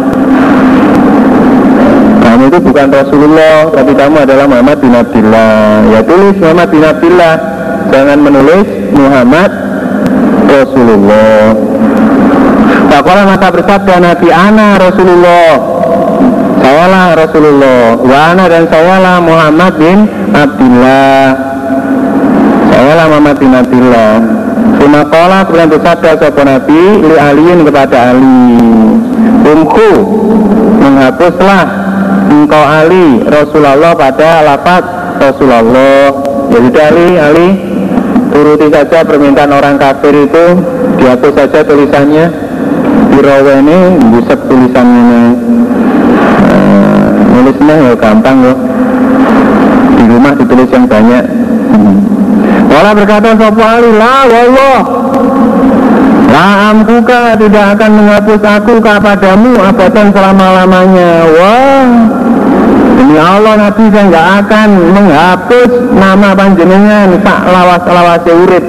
kamu itu bukan Rasulullah, tapi kamu adalah Muhammad bin Abdillah. Ya tulis Muhammad bin Abdillah, jangan menulis Muhammad Rasulullah. Faqala, maka bersabda Nabi, ana Rasulullah, sayalah Rasulullah, wa ana, dan sayalah Muhammad bin Abdillah, sayalah Muhammad bin Abdillah. Sumaqala, kemudian bersabda sapa Nabi li aliin, kepada Ali, umku, menghapuslah engkau Ali Rasulullah pada lafaz Rasulullah. Jadi Ali, Ali turuti saja permintaan orang kafir itu, dihapus saja tulisannya. Birawa ini busek tulisannya, uh, nulisnya ya gampang loh, di rumah ditulis yang banyak. Wala berkata sapa Ali, la wallah, la amkuka, tidak akan menghapus aku kepadamu abadan selama-lamanya. Wah, demi Allah Nabi saya nggak akan menghapus nama panjenengan sak lawas-lawase urip.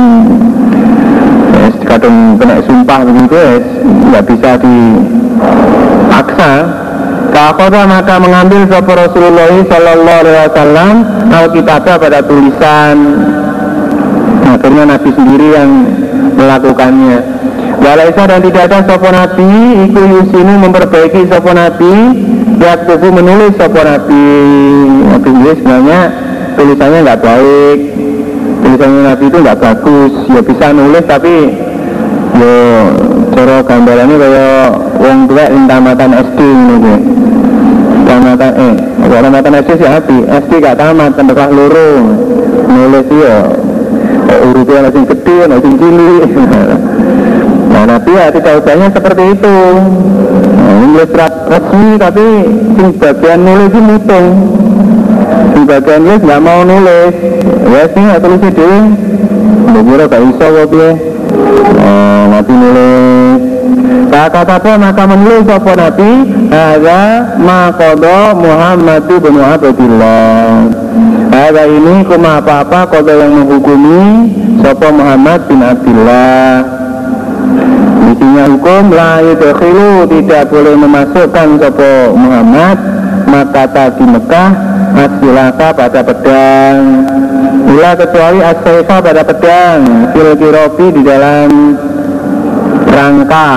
Yes, kadang kena sumpah begitu, yes, nggak bisa dipaksa. Kakoda, maka mengambil sapa Rasulullah Sallallahu Alaihi Wasallam Alkitabah pada tulisan. Akhirnya Nabi sendiri yang melakukannya. Walaisa, dan tidak ada sapa Nabi iku yusinu, memperbaiki sapa Nabi, yaktubu, menulis sapa Nabi. Nabi sendiri sebenarnya tulisannya nggak baik, tulisannya Nabi itu nggak bagus. Ya bisa nulis tapi yo cara gambarannya kayak wong tua tamatan S D gitu. Tamatan eh kalau tamatan S D sih hati, S D gak tamat, tembaklah loro. Nulis ya urutnya masih gede, masih cilik. Nah Nabi ya tidak ubahnya seperti itu. Nah, nulis surat resmi tapi di bagian nulis itu mutung, di bagian nulis nggak mau nulis. Ya sih nggak tulis itu, begitu gak bisa kok ya. Nah, Nabi nulis. Kata-kata maka menulis apa Nabi, ada maqadha Muhammad bin Abdillah. Ada ini kuma apa-apa qadha yang menghukumi sapa Muhammad bin Abdillah. Isinya hukum la yudkhilu, tidak boleh memasukkan sapa Muhammad Makkah di Mekah asilaka pada pedang, bila kecuali as-saifa pada pedang, fil kirobi di dalam rangka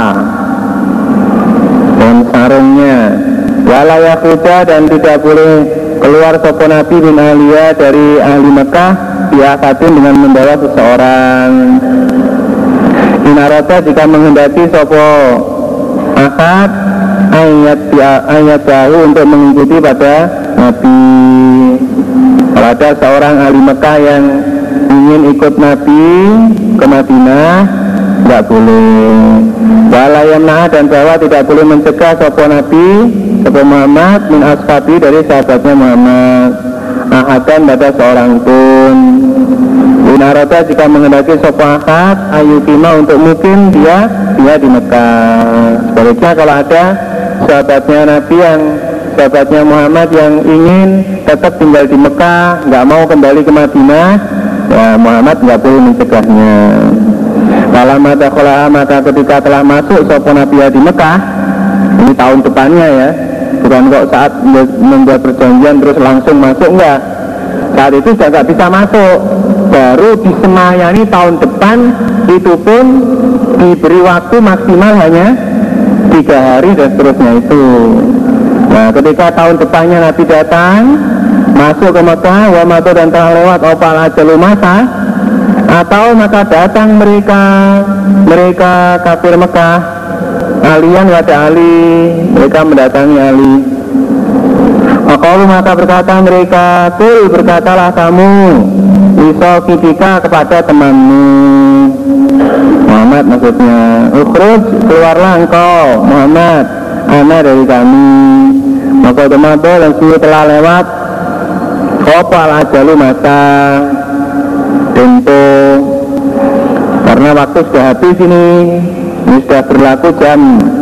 dan sarungnya, wala yakuda, dan tidak boleh keluar sapa Nabi bin Aliyah dari ahli Mekah biakatin, dengan membawa seseorang. Inarota, jika menghendaki sapa akad ayat ayat jauh untuk mengikuti pada Nabi. Kalau ada seorang ahli Mekah yang ingin ikut Nabi ke Madinah, tidak boleh. Walayamna, dan bahwa tidak boleh mencegah sopo Nabi sopo Muhammad min ashabi, dari sahabatnya Muhammad, ahadan pada seorang pun. Inarata, jika menghendaki sopo ahad ayukima, untuk mungkin dia dia di Mekah. Sebaliknya kalau ada sahabatnya Nabi yang sahabatnya Muhammad yang ingin tetap tinggal di Mekah, nggak mau kembali ke Madinah, ya Muhammad nggak boleh mencegahnya. Dalam mata kholah, maka ketika telah masuk sopo Nabi di Mekah, ini tahun depannya ya, bukan kok saat membuat perjanjian terus langsung masuk, enggak. Saat itu juga nggak bisa masuk, baru disemayani tahun depan, itu pun diberi waktu maksimal hanya tiga hari dan seterusnya itu. Nah, ketika tahun depannya Nabi datang masuk ke Mekah, wa matu, dan telah lewat opal ajalu masa, atau maka datang mereka mereka kafir Mekah alian wada Ali, mereka mendatangi Ali. Maka maka berkata mereka, kul, berkatalah kamu, iso kitika, kepada temanmu Muhammad, maksudnya ukhruj, keluarlah engkau Muhammad, ana, dari kami. Maka temado, dan sini telah lewat opal ajalu masa, tempo, karena waktu sudah habis ini, ini sudah berlaku jam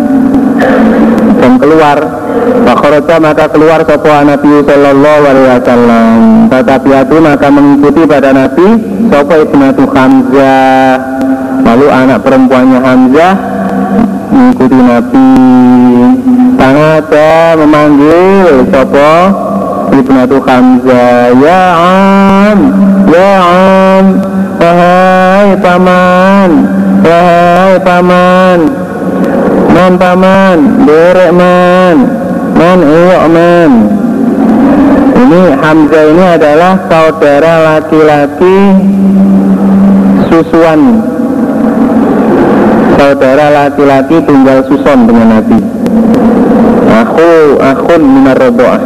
jam keluar. Fakhoroja, maka keluar sopo Nabi sallallahu alaihi wasallam. Tatabiatu, maka mengikuti pada Nabi sopo ibnatu Hamzah, lalu anak perempuannya Hamzah mengikuti Nabi. Tangada, memanggil sopo ibnatu Hamzah, ya am, ya am, wahai paman, wahai paman, man paman, derek man, man iya man. Ini Hamzah ini adalah saudara laki-laki susuan, saudara laki-laki tunggal susun dengan Nabi. Aku, akhun minar rodoah.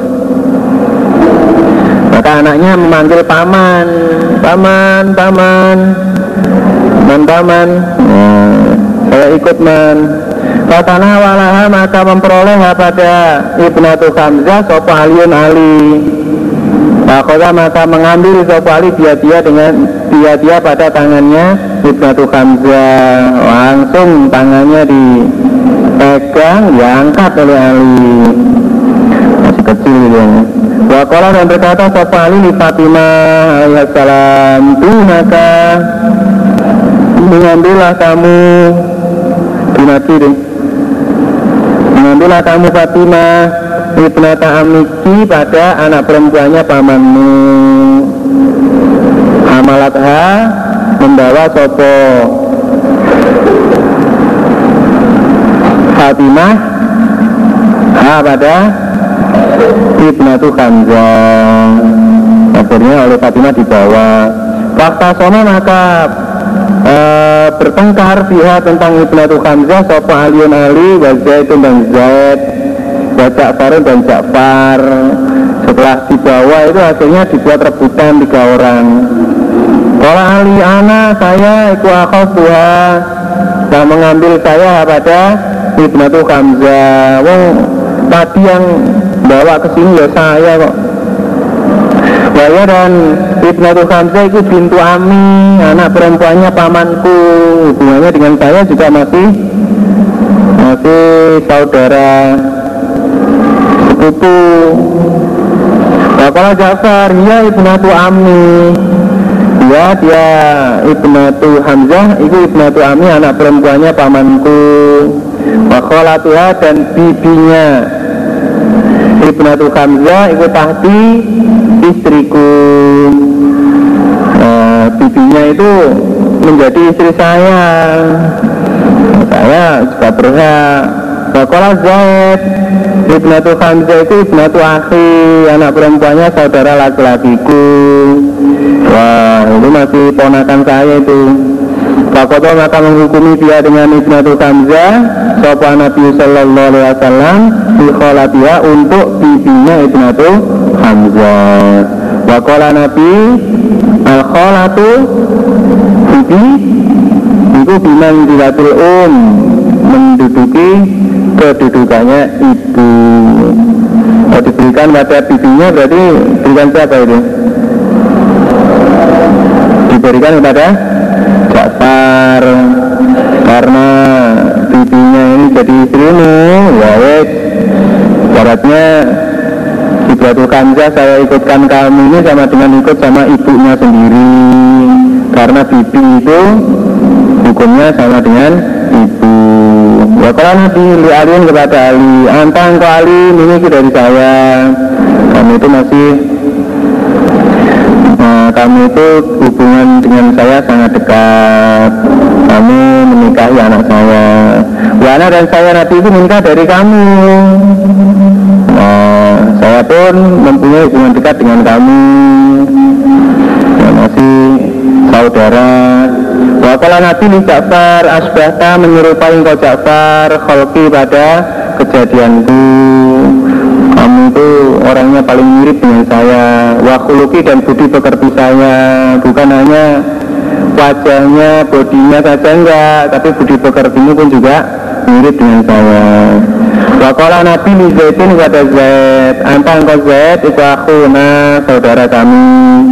Maka anaknya memanggil paman, paman, paman, man paman, nah, saya ikut man. Fatana walaha, maka memperoleh pada ibnatu Hamzah sopo Aliun Ali. Fakoda, maka mengambil sopo Ali dia-dia dengan dia-dia pada tangannya ibnatu Hamzah. Langsung tangannya dipegang, diangkat oleh Ali. Masih kecil gitu ya. Wakola, dan berkata sopo Ali li Fatimah alaihissalam, maka mengambillah kamu dinati deh, mengambillah kamu Fatimah ibnata amiki, pada anak perempuannya pamanmu. Amalatha, membawa sopo Fatimah ha pada ibnatu Hamzah, akhirnya oleh Fatimah dibawa. Fakta soma, maka e, bertengkar pihak tentang ibnatu Hamzah sopo Aliun Ali, wa Zaidun, dan Zaid, wa Ja'farun, dan Ja'far. Setelah dibawa itu hasilnya dibuat rebutan tiga orang. Kalau Ali ana, saya iku akhofuha, dan mengambil saya pada ibnatu Hamzah. Wong tadi yang bawa ke sini ya saya kok. Waya, dan ibnatu Hamzah itu bintu Ami, anak perempuannya pamanku. Hubungannya dengan saya juga masih masih saudara sepupu. Kalau Ja'far, ya ibnatu Ami, ya dia ibnatu Hamzah, itu ibnatu Ami, anak perempuannya pamanku. Wakholatuha, dan bibinya ibnatu Hamzah itu tahti, istriku. Nah, bibinya itu menjadi istri saya, saya juga berhak. Wakola Zaid, ibnatu Hamzah itu ibnatu akhi, anak perempuannya saudara laki-lakiku. Wah, itu masih ponakan saya itu. Fakoto maka menghukumi dia dengan Ibnatul Hamzah sapa Nabi sallallahu alaihi wasallam bi kholatiha untuk bibinya Ibnatul Hamzah. Wakola Nabi al kholatu bibi itu biman dilatul um, menduduki kedudukannya ibu. Kalau diberikan pada bibinya berarti berikan siapa itu? Diberikan kepada Ja'far, karena bibinya ini jadi istrimu, ya wes. Syaratnya Ibnatul Hamzah saya ikutkan kamu ini sama dengan ikut sama ibunya sendiri, karena bibi itu hukumnya sama dengan ibu. Ya kalau Nabi li Aliin kepada Ali, antang ke Ali ini dari saya, kamu itu masih nah, kamu itu hubungan dengan saya sangat dekat, kamu menikahi anak saya. Wana dan saya Nabi itu minta dari kamu. Nah, saya pun mempunyai hubungan dekat dengan kamu, ya, masih saudara. Wakala Nabi li Ja'far asbahta menyerupai engkau Ja'far kholki pada kejadianku. Kamu itu orangnya paling mirip dengan saya. Wakhuluki dan budi pekerti saya, bukan hanya wajahnya, bodinya saja enggak, tapi budi pekertimu pun juga mirip dengan saya. Wakala Nabi li Zaidin kepada Zaid, anta engkau Zaid itu akhuna saudara kami.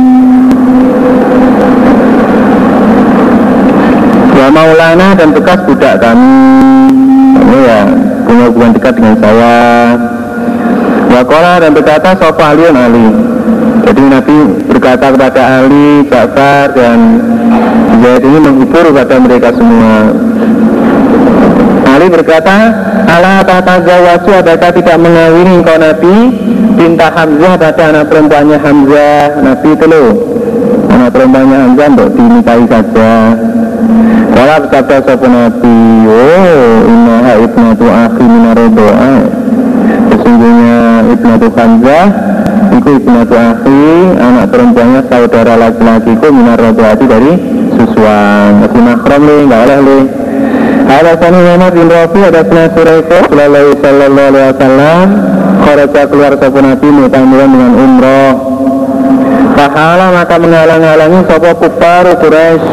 Wa maulana dan bekas budak kami, kamu ya punya hubungan dekat dengan saya. Wakola dan berkata sopa Aliun Ali. Jadi Nabi berkata kepada Ali, Ja'far dan Zaid ini menghibur kepada mereka semua. Ali berkata, ala tatazawwaju, adakah tidak mengawini engkau Nabi binta Hamzah pada anak perempuannya Hamzah. Nabi itu loh, anak perempuannya Hamzah untuk dinikahi saja. Kalau berkata sopa Nabi, oh innaha ibnatu akhi minarodo'a, sesungguhnya Ibnatul Hamzah itu Ibnatul Akhi, anak perempuannya saudara laki-lakiku minar rodoati dari susuan. Masih makrom li, nggak oleh li. Ada sani Muhammad bin Rafi, ada sani Suraiko sallallahu alaihi wasallam kharaja keluar sopo Nabi mutamiran dengan umroh. Fahala maka menghalang-halangi sopo kufar Quraisy.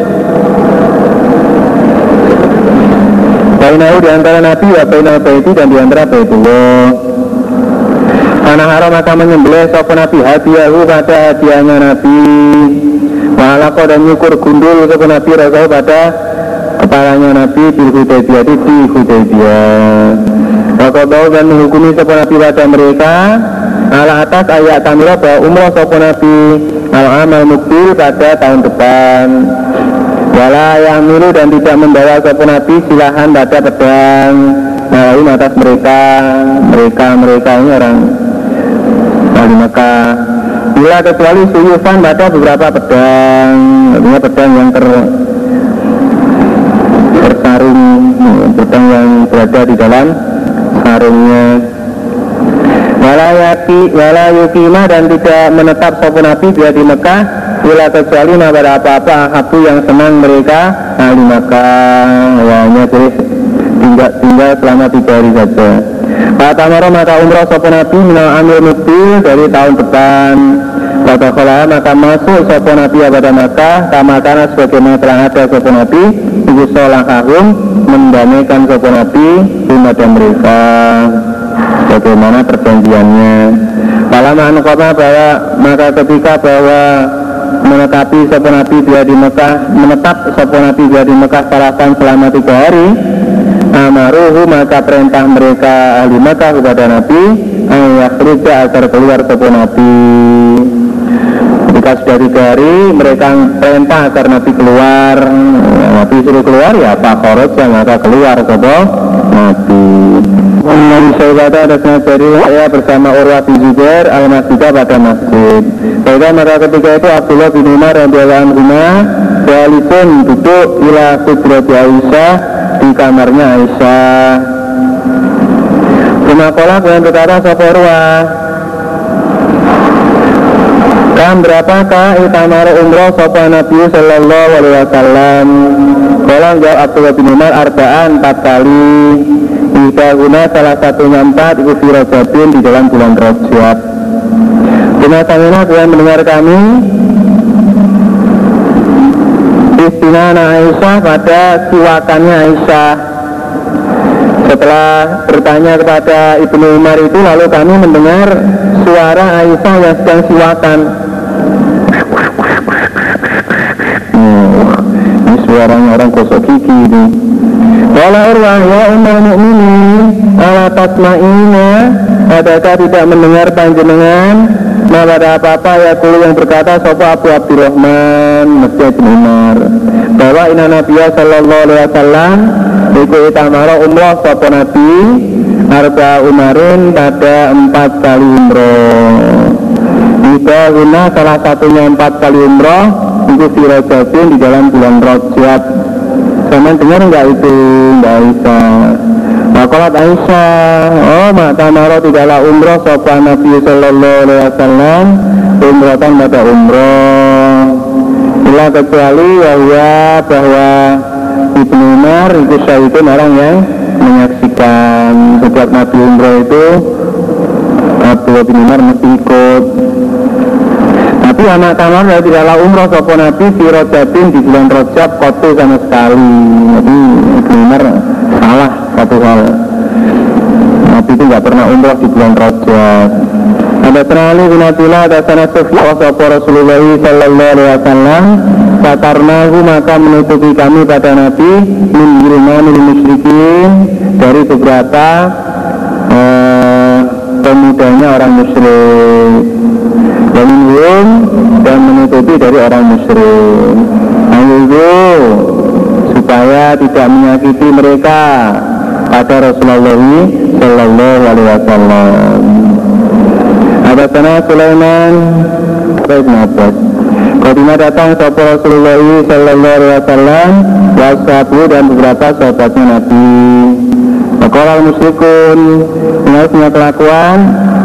Bainahu di antara Nabi wa bainal baiti dan di antara Baitullah. Karena haram maka menyembelih sopo Nabi hadiahu pada hadiahnya Nabi. Walako dan nyukur gundul sopo Nabi rasau pada kepalanya Nabi bil Hudaybiyah di Hudaybiyah. Wakobau dan menghukumi sopo Nabi pada mereka ala atas ayat tamira bahwa umrah sopo Nabi al-amal mukbil pada tahun depan. Wala yang milu dan tidak membawa sopo Nabi silahan pada pedang melalui atas mereka. Mereka mereka ini orang ahli Mekah. Bila kecuali suyufan pada beberapa pedang, artinya pedang yang ter tersarung, pedang yang berada di dalam sarungnya. Walayaki walayukima dan tidak menetap sopo Nabi dia di Mekah. Bila kecuali pada apa-apa ahabu yang senang mereka ahli Mekah, hanya boleh tinggal, tinggal selama tiga hari saja. Fatamara maka umrah sopo Nabi minal amil mukbil dari tahun depan. Fatakholah maka masuk sopo Nabi pada Makkah kamakana sebagaimana telah ada sopo Nabi ibu sholahahum mendamaikan sopo Nabi kepada mereka bagaimana perjanjiannya. Falama anqama bahwa maka ketika bahwa menetapi sopo Nabi dia di Mekah, menetap sopo Nabi dia di Mekah salasan selama tiga hari. Amaruhu maka perintah mereka ahli Mekah kepada Nabi ayakhruja agar keluar sopo Nabi. Ketika sudah tiga hari mereka perintah agar Nabi keluar. Nabi suruh keluar ya Pak Khoroja maka keluar sopo Nabi. Nabi Sayyidata ada senajari saya bersama Urwah bin Zubair al-Masjidah pada masjid. Sehingga maka ketika itu Abdullah bin Umar radhiyallahu anhu walisun duduk ila kudrati Aisyah di kamarnya Aisyah. Cuma kolak yang berkata sopo Urwah, Kam berapakah itamara umroh sapa Nabi sallallahu alaihi wasallam? Kalau jawab Abdullah bin Umar arba'an empat kali. Ida guna salah satunya empat itu firajabin di dalam bulan Rajab. Binatangina dengan mendengar kami Istinana Aisyah pada siwakannya Aisyah. Setelah bertanya kepada Ibnu Umar itu, lalu kami mendengar suara Aisyah yang sedang siwakan. Oh, ini suaranya orang gosok gigi ini. Wala Urwah ya ummul mukminin ala tasma'ina, adakah tidak mendengar panjenengan nah pada apa-apa ya kulu yang berkata sapa Abu Abdurrahman mesti Ibnu Umar bahwa inna Nabiya sallallahu alaihi wasallam iku itamara umrah sapa Nabi arba umarin pada empat kali umrah. Ida guna salah satunya empat kali umrah itu firajabin di dalam bulan Rajab. Sama dengar enggak itu Mbak Aisyah? Makalat Aisyah, oh maktamaro tidaklah umrah sapa Nabi sallallahu alaihi wasallam umratan pada umrah. Bila kecuali ya bahwa Ibnu Umar itu syahidun orang yang menyaksikan. Setiap Nabi umrah itu Abdullah bin Umar mesti ikut. Tapi anak tamar ya tidaklah umrah sapa Nabi fi Rajabin di bulan Rajab kotu sama sekali. Jadi Ibnu Umar salah satu hal. Nabi itu nggak pernah umrah di bulan Rajab. Ada terali binatullah ada sana sufi wasapa Rasulullah sallallahu alaihi wasallam satarnahu maka menutupi kami pada Nabi min yirmanil musyrikin dari beberapa eh, pemudanya orang musyrik. Dan minhum dan menutupi dari orang musyrik. Ayo supaya tidak menyakiti mereka pada Rasulullah sallallahu alaihi wasallam. Ada sana Sulaiman bin Abbas. Ketika datang sapa Rasulullah sallallahu alaihi wasallam washabu dan beberapa sahabatnya Nabi. Maka musyrikun punya kelakuan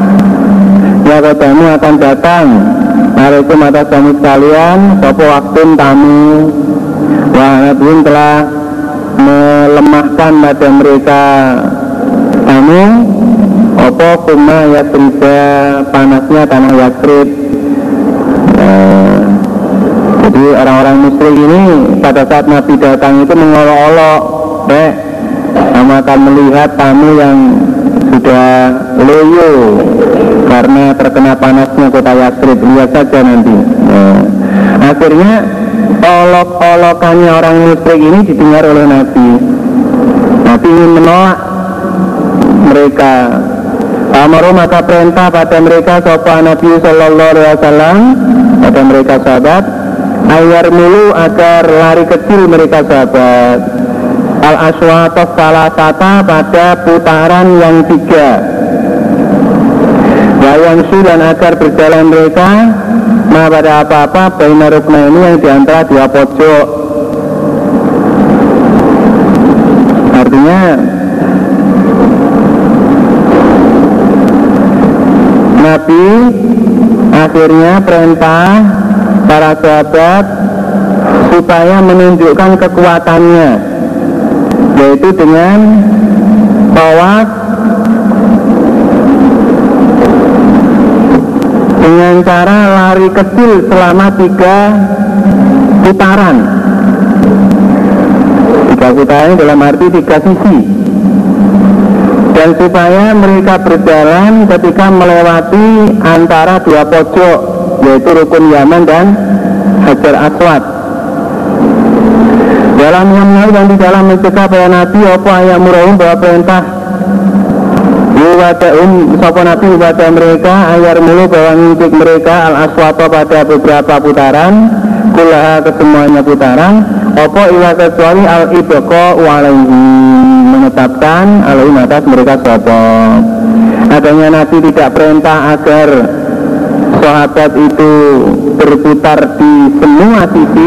ya kamu akan datang alaikum atas kamu sekalian sapa waktu tamu. Wah Nabi telah melemahkan pada mereka tamu apa kuma Yatsriba panasnya tanah Yatsrib. Nah, jadi orang-orang musyrik ini pada saat Nabi datang itu mengolok-olok, eh, kamu akan melihat tamu yang sudah loyo karena terkena panasnya kota Yatsrib, lihat saja nanti. Nah, akhirnya olok-olokannya orang musyrik ini didengar oleh Nabi. Nabi ingin menolak mereka. Amaru maka perintah pada mereka sapa Nabi sallallahu alaihi wasallam pada mereka sahabat ayar mulu agar lari kecil mereka sahabat al aswatos salasata pada putaran yang tiga. Wayang dan agar berjalan mereka nah pada apa-apa baina rukna ini yang diantara dua pojok. Artinya Nabi akhirnya perintah para sahabat supaya menunjukkan kekuatannya, yaitu dengan tawaf dengan cara lari kecil selama tiga putaran. Tiga putaran dalam arti tiga sisi. Dan supaya mereka berjalan ketika melewati antara dua pojok, yaitu Rukun Yaman dan Hajar Aswad. Dalam yang dan di dalam mencegah pada Nabi apa ayat murahum bahwa perintah um sapa Nabi kepada mereka ayar mulu bahwa ngicik mereka al aswata pada beberapa putaran kulaha kesemuanya putaran apa iwa kecuali al ibqa walaihi menetapkan alaihi atas mereka sahabat. Adanya Nabi tidak perintah agar sahabat itu berputar di semua sisi,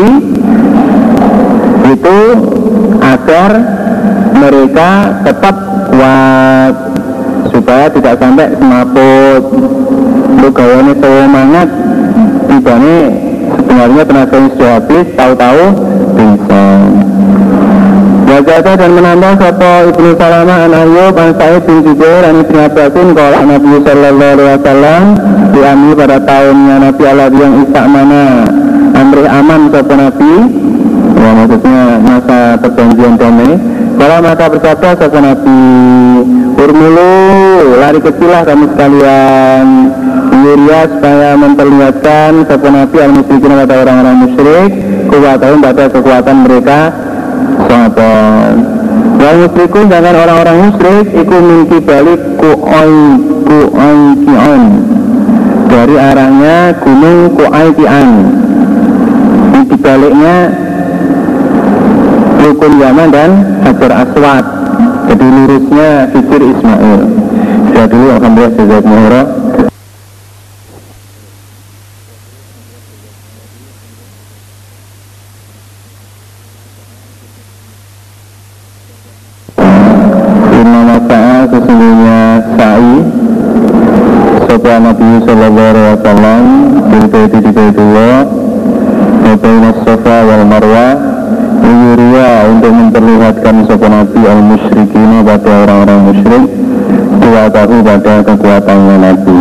itu agar mereka tetap kuat supaya tidak sampai semaput. Lu gawane semangat ribane sebenarnya tenaganya sudah habis, tahu-tahu pingsan. Wajah dan menambah sapa Ibnu Salamah an Ayyub an Sa'id bin Jubair an Ibnu Abbasin qala Nabi sallallahu alaihi wasallam diambil pada tahunnya Nabi Allah yang isak mana amrih aman sapa Nabi, ya maksudnya masa perjanjian damai. Kalau maka bersabda sapa Nabi, urmulu lari kecillah kamu sekalian, Yuria supaya memperlihatkan sapa Nabi al-musyrikin pada orang-orang musyrik kuwatahum pada kekuatan mereka sahabat. Wal musyrikun dengan orang-orang musyrik iku minti balik ku'ai ku'ai ki'an, dari arahnya gunung ku'ai ki'an, di baliknya Rukun Yaman dan Hajar Aswad, jadi lurusnya Hijr Ismail. Sudah dulu alhamdulillah jazakumullah. Sesungguhnya sa'i sapa Nabi sallallahu alaihi wasallam berbaiti di Baitullah baina Safa wal Marwah yuriya untuk memperlihatkan sapa Nabi al-musyrikin pada orang-orang musyrik kuwatahu pada kekuatannya Nabi.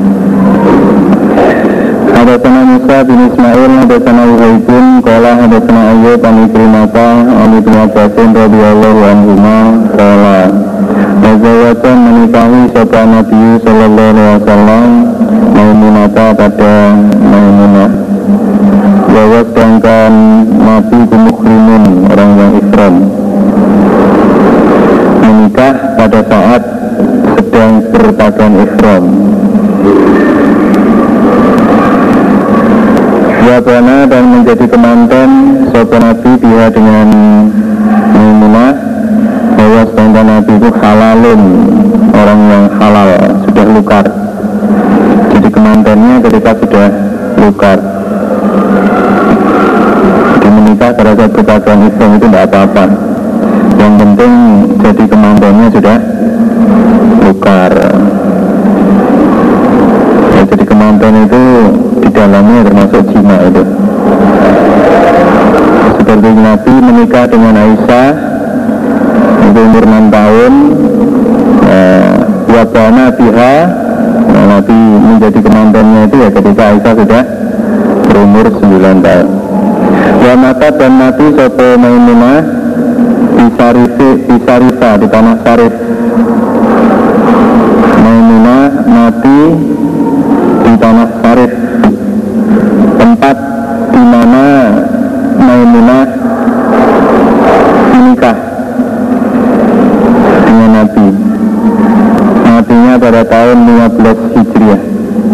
Hadatsana Musa bin Ismail hadatsana Uhaibun qala hadatsana Ayyub an Ikrimata an Ibnu Abbas radhiyallahu anhuma qala Wajawatan menikahi sapa Nabi sallallahu alaihi wasallam Maimunata pada Maimunah. Bahwa sedangkan Nabi muhrimun, orang yang ihram, menikah pada saat sedang berpakaian ihram. Wabana dan menjadi kemanten sapa Nabi dia dengan Maimunah, bahwa sedangkan Nabi itu halalun, orang yang halal, sudah lukar. Jadi kemantennya ketika sudah lukar. Jadi menikah pada saat berpakaian Islam itu tidak apa-apa. Yang penting jadi kemantennya sudah lukar. Ya, jadi kemanten itu di dalamnya termasuk jima itu. Seperti Nabi menikah dengan Aisyah itu umur enam tahun, wabana eh, biha, nah, Nabi menjadi kemantannya itu ya ketika Aisyah sudah berumur sembilan tahun. Wa mata dan mati sopo Maimunah di Sarifa, di Sarifa di tanah Sarif. Maimunah mati di tanah Sarif, tempat di mana Maimunah menikah dengan Nabi. Matinya pada tahun lima belas Hijriah.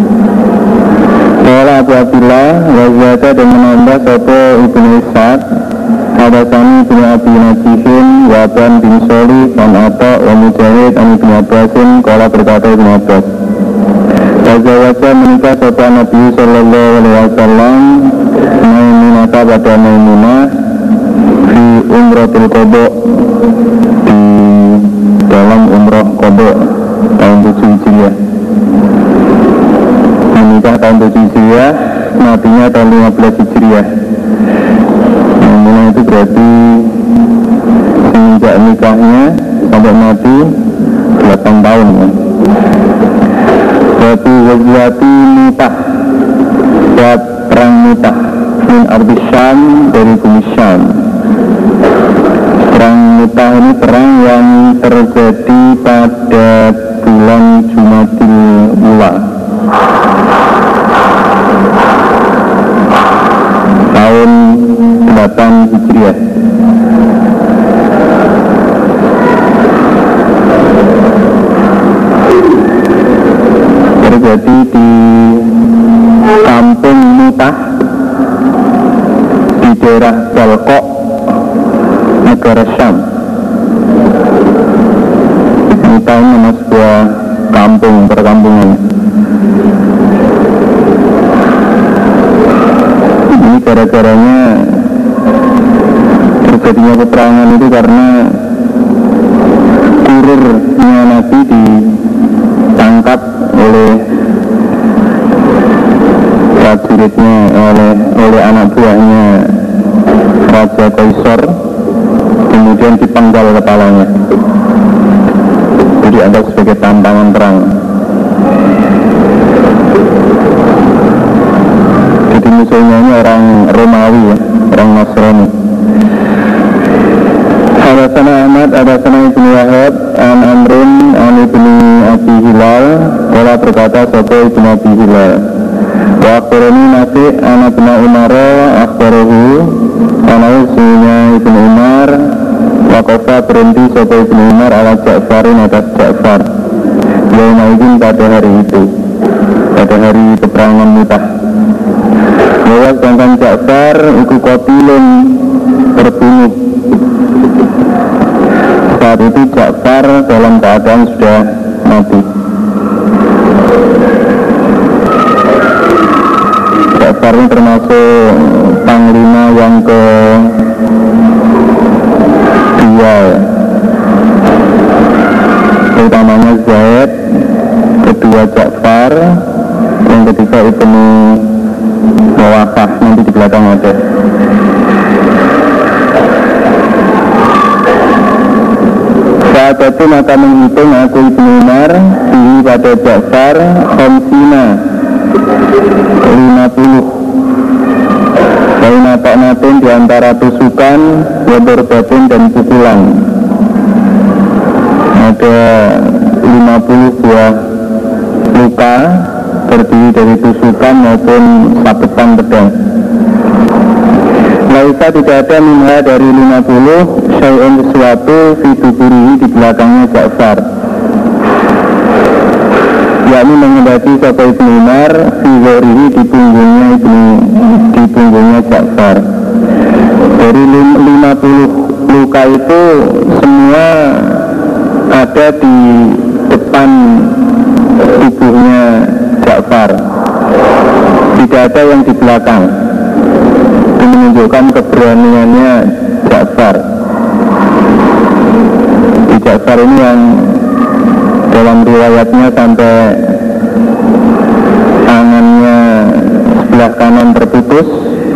Qala Abu Abdillah waziyata dan menambah sopo Ibnu Ishaq hadatsani Ibnu Abi Najihin wa Aban bin Sholih dan Atta wa Mujahid an Ibnu Abbasin qala berkata Ibnu Abbas waziyata menikah sopo Nabi sallallahu alaihi wasallam Maimunata pada Maimunah di Umratul Qadha, di dalam umrah Qadha tahun tujuh Hijriah. Menikah tahun tujuh Hijriah, matinya tahun lima belas Hijriah. Maimunah itu berarti semenjak nikahnya sampai mati delapan tahun ya. Berarti wajiyati nitah, buat perang nitah min Arbis Syam, dari bumi Syam. Perang Mutah ini perang yang terjadi pada bulan Jumadil Ula tahun delapan Hijriah. Terjadi di kampung Mutah di daerah Balkok, negara Syam. Mutah ini nama sebuah kampung, perkampungan. Ini gara-garanya terjadinya peperangan itu karena kurirnya Nabi ditangkap oleh prajuritnya, oleh oleh anak buahnya Raja Kaisar, kemudian dipenggal kepalanya. Jadi ada sebagai tantangan perang. Jadi musuhnya ini orang Romawi ya, orang Nasrani. Hadasana Ahmad, hadasana Ibnu Wahab, an Amrin, an Ibnu Abi Hilal, telah berkata sapa Ibnu Abi Hilal. Wa akhbarani Nafi' an Ibnu Umar akhbarahu, ana usunya Ibnu Umar, waqafa berhenti sapa Ibnu Umar ala Ja'farin atas Ja'far. Yauma izin pada hari itu, pada hari peperangan Mu'tah. Bahwa sedangkan Ja'far iku qatilun, terbunuh. Saat itu Ja'far dalam keadaan sudah mati. Ja'far ini termasuk panglima yang ke dua, utamanya Zaid, kedua Ja'far, yang ketiga Ibnu Mawafah, nanti di belakang ada. Saat itu maka menghitung aku Ibnu Umar di pada Ja'far khamsina, lima puluh Baina ta'natun di antara tusukan, waborbatun dan pukulan. Ada lima puluh buah luka terdiri dari tusukan maupun sabetan pedang. Laisa tidak ada minha dari lima puluh syai'un sesuatu fituburi di belakangnya Ja'far, yakni mengendaki sapa Ibnu Umar figurihi di punggungnya Ibnu di punggungnya Ja'far. Dari lima puluh luka itu semua ada di depan tubuhnya Ja'far, tidak ada yang di belakang. Itu menunjukkan keberaniannya Ja'far. Di Ja'far ini yang dalam riwayatnya sampai tangannya sebelah kanan terputus,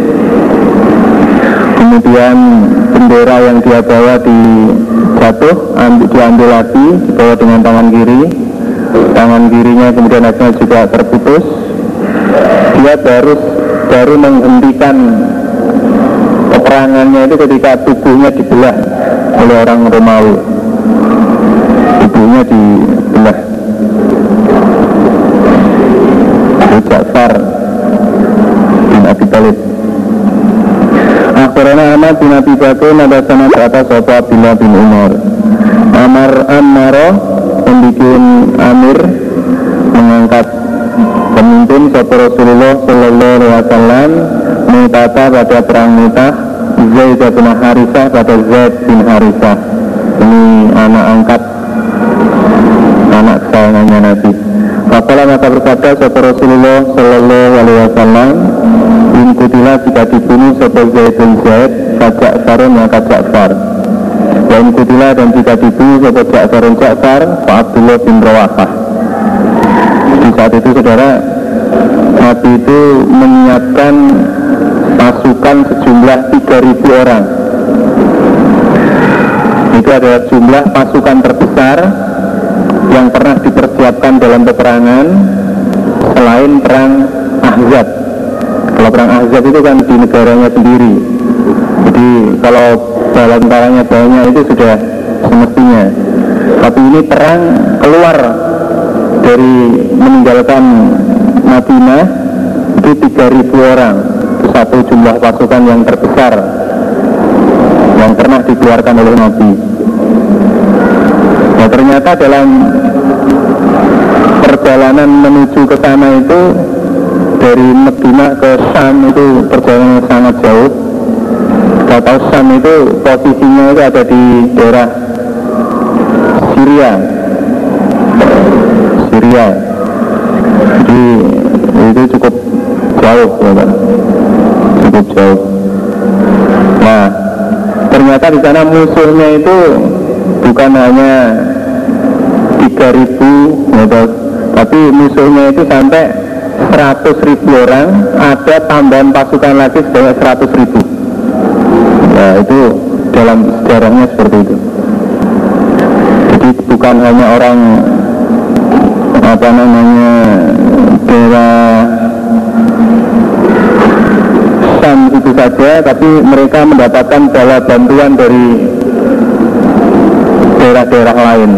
kemudian bendera yang dia bawa dijatuh, ambil, diambil lagi, dibawa dengan tangan kiri, tangan kirinya kemudian akhirnya juga terputus. Dia baru baru menghentikan peperangannya itu ketika tubuhnya dibelah oleh orang Romawi, tubuhnya dibelah. Ja'far bin Abi Thalib. Akhbarana Ahmad bin Abi Bakr nadasana kata sapa Abdullah bin Umar. Amar Ammaro membikin Amir, mengangkat pemimpin sapa Rasulullah sallallahu alaihi wasallam Mu'tah pada perang Mu'tah, Zaid bin Harisah pada Zaid bin Harisah. Ini anak angkat, anak kesayangannya Nabi. Faqala maka berkata sapa Rasulullah sallallahu alaihi wasallam, in kutila jika dibunuh sapa Zaid bin Zaid, Ja'farun maka Ja'far. Wa in kutila dan jika dibunuh sapa Ja'farun Ja'far, fa Abdullah bin Rawahah. Di saat itu saudara, Nabi itu menyiapkan pasukan sejumlah tiga ribu orang. Itu adalah jumlah pasukan terbesar yang pernah dipersiapkan dalam peperangan selain perang Ahzab. Kalau perang Ahzab itu kan di negaranya sendiri, jadi kalau bala-balanya banyak itu sudah semestinya. Tapi ini perang keluar dari meninggalkan Madinah, itu tiga ribu orang, satu jumlah pasukan yang terbesar yang pernah dikeluarkan oleh Nabi. Nah, ternyata dalam perjalanan menuju ke sana itu, dari Madinah ke Syam itu perjalanan sangat jauh. Kita tahu Syam itu posisinya itu ada di daerah Syria, Syria. Jadi itu cukup jauh, ya, cukup jauh. Nah, ternyata di sana musuhnya itu bukan hanya tiga ribu, ya, tapi musuhnya itu sampai seratus ribu orang, ada tambahan pasukan lagi sebanyak seratus ribu. Ya, itu dalam sejarahnya seperti itu. Jadi bukan hanya orang apa namanya daerah Sam itu saja, tapi mereka mendapatkan bala bantuan dari daerah-daerah lain.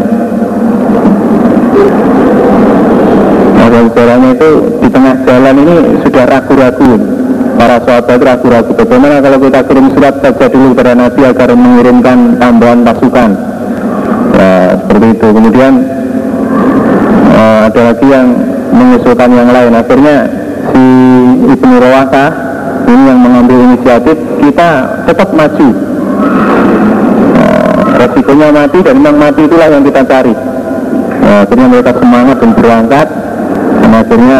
Sejarahnya itu di tengah jalan ini sudah ragu-ragu, para sahabat ragu-ragu bagaimana kalau kita kirim surat saja dulu kepada Nabi agar mengirimkan tambahan pasukan. Nah, seperti itu. Kemudian uh, ada lagi yang mengusulkan yang lain. Akhirnya si Ibnu Rawaqah ini yang mengambil inisiatif, kita tetap maju. Uh, resikonya mati, dan memang mati itulah yang kita cari. Uh, akhirnya mereka semangat dan berangkat. Dan akhirnya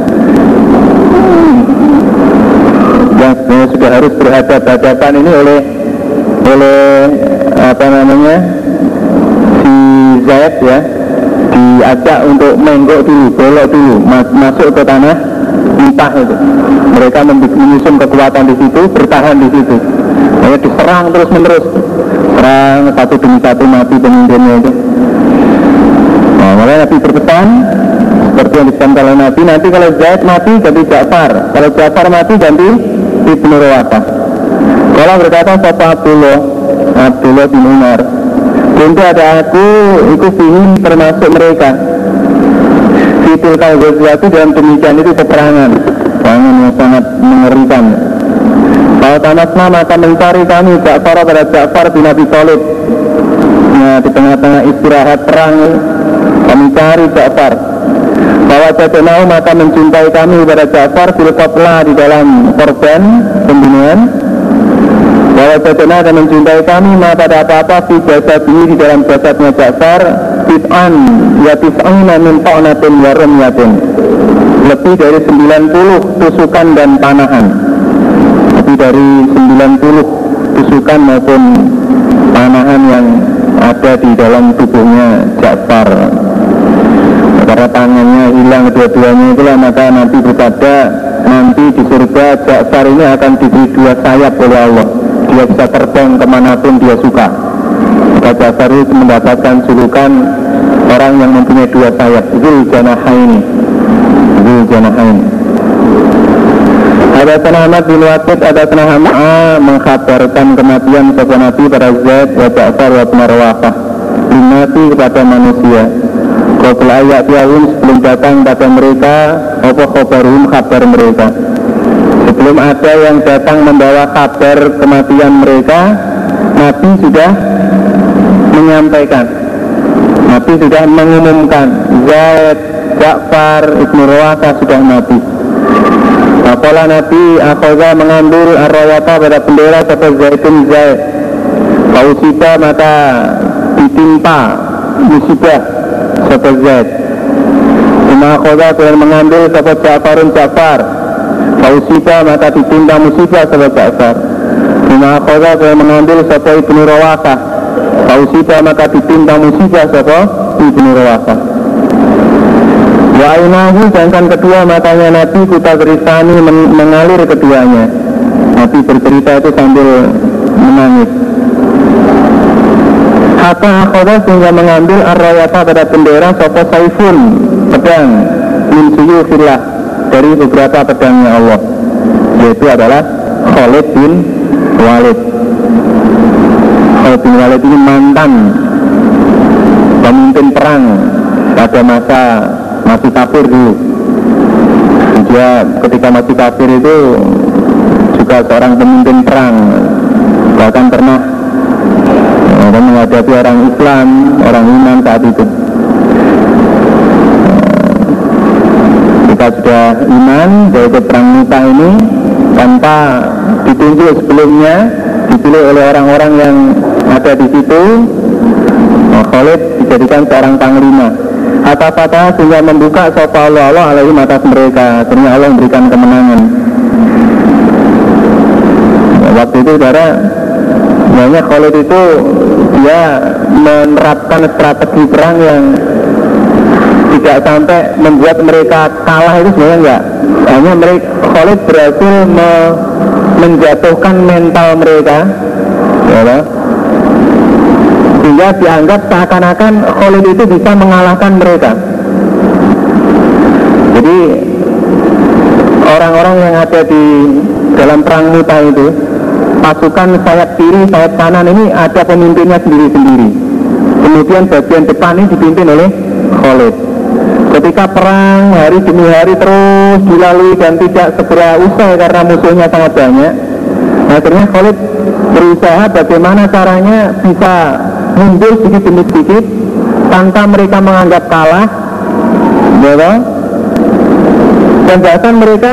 yang sebenarnya sudah harus berhadapan ini oleh oleh apa namanya si Zaid ya, diajak untuk menggok dulu, belok dulu, mas, masuk ke tanah Mutah itu. Mereka menyusun kekuatan di situ, bertahan di situ. Lalu diserang terus menerus, serang satu demi satu, mati pemimpinnya itu. Nah, makanya Nabi berpesan seperti yang disampaikan oleh Nabi, nanti kalau Zaid mati ganti Ja'far, kalau Ja'far mati ganti Ibnu Rawaqah. Kalau berkata Sapa Abdullah Abdullah bin Umar, tentu ada aku, itu ingin termasuk mereka. Fitul Kalgoziyatu dalam demikian itu peperangan, peperangan yang sangat mengerikan. Kalau tamasna maka mencari kami Ja'far pada Ja'far bin Abi Thalib. Nah, di tengah-tengah istirahat perang kami cari Ja'far. Bahwa Ja'far maka mencintai kami pada Ja'far filqatla di dalam korban pembunuhan. Bahwa Ja'far akan mencintai kami maka pada apa-apa di jasad ini, di dalam jasadnya Ja'far tis'an ya tis'ana min ta'natin wa rumyatin, lebih dari sembilan puluh tusukan dan panahan, lebih dari sembilan puluh tusukan maupun panahan yang ada di dalam tubuhnya Ja'far. Karena tangannya hilang dua-duanya itulah maka nanti berkata, nanti di surga Ja'far ini akan diberi dua sayap oleh Allah, dia bisa terbang kemanapun dia suka. Maka Ja'far itu mendapatkan julukan orang yang mempunyai dua sayap, Zul Janahaini, Zul Janahaini. Ada Sana Ahmad bin Waqid, ada Sana Ham'a mengkhabarkan kematian sebuah Nabi pada Zaid wa Ja'far wa Ibnu Rawaqah, mati kepada manusia. Qabla ayat yawun, sebelum datang pada mereka apa khabarum, kabar mereka. Sebelum ada yang datang membawa kabar kematian mereka, Nabi sudah menyampaikan, Nabi sudah mengumumkan Zaid, Ja'far, Ibnu Rawaqah sudah mati. Apalah Nabi akhoza mengambil ar-rawata pada bendera seperti Zaidun Zaid. Fausibah maka ditimpa musibah seperti Zaid. Ima akhoza dengan mengambil seperti Ja'farun Ja'far. Fausibah maka ditimpa musibah seperti Ja'far. Ima akhoza dengan mengambil seperti Ibnu Rawaqah. Fausibah maka ditimpa musibah seperti Ibnu Rawaqah. Wa ainahu, sedangkan kedua matanya Nabi kita berisani men mengalir keduanya. Nabi bercerita itu sambil menangis. Hatta akhoda sehingga mengambil ar-rawata pada bendera sopo saifun, pedang min suyufillah, dari beberapa pedangnya Allah, yaitu adalah Khalid bin Walid. Khalid bin Walid ini mantan pemimpin perang pada masa masih kafir dulu. Dia ketika masih kafir itu juga seorang pemimpin perang, bahkan pernah eh, menghadapi orang Islam, orang iman saat itu. Kita sudah iman, yaitu perang Mutah ini tanpa ditunjuk sebelumnya, dipilih oleh orang-orang yang ada di situ. Khalid dijadikan seorang panglima. Kata-kata sehingga membuka sopa Allah Allah alaihi atas mereka. Akhirnya Allah memberikan kemenangan. Waktu itu saudara, sebenarnya Khalid itu dia menerapkan strategi perang yang tidak sampai membuat mereka kalah itu sebenarnya enggak. Hanya mereka, Khalid berhasil me, menjatuhkan mental mereka, ya, sehingga dianggap seakan-akan Khalid itu bisa mengalahkan mereka. Jadi orang-orang yang ada di dalam perang Mu'tah itu, pasukan sayap kiri, sayap kanan ini ada pemimpinnya sendiri-sendiri. Kemudian bagian depan ini dipimpin oleh Khalid. Ketika perang hari demi hari terus dilalui dan tidak segera usai karena musuhnya sangat banyak, akhirnya Khalid berusaha bagaimana caranya bisa mundur sedikit demi sedikit tanpa mereka menganggap kalah, ya, dan bahkan mereka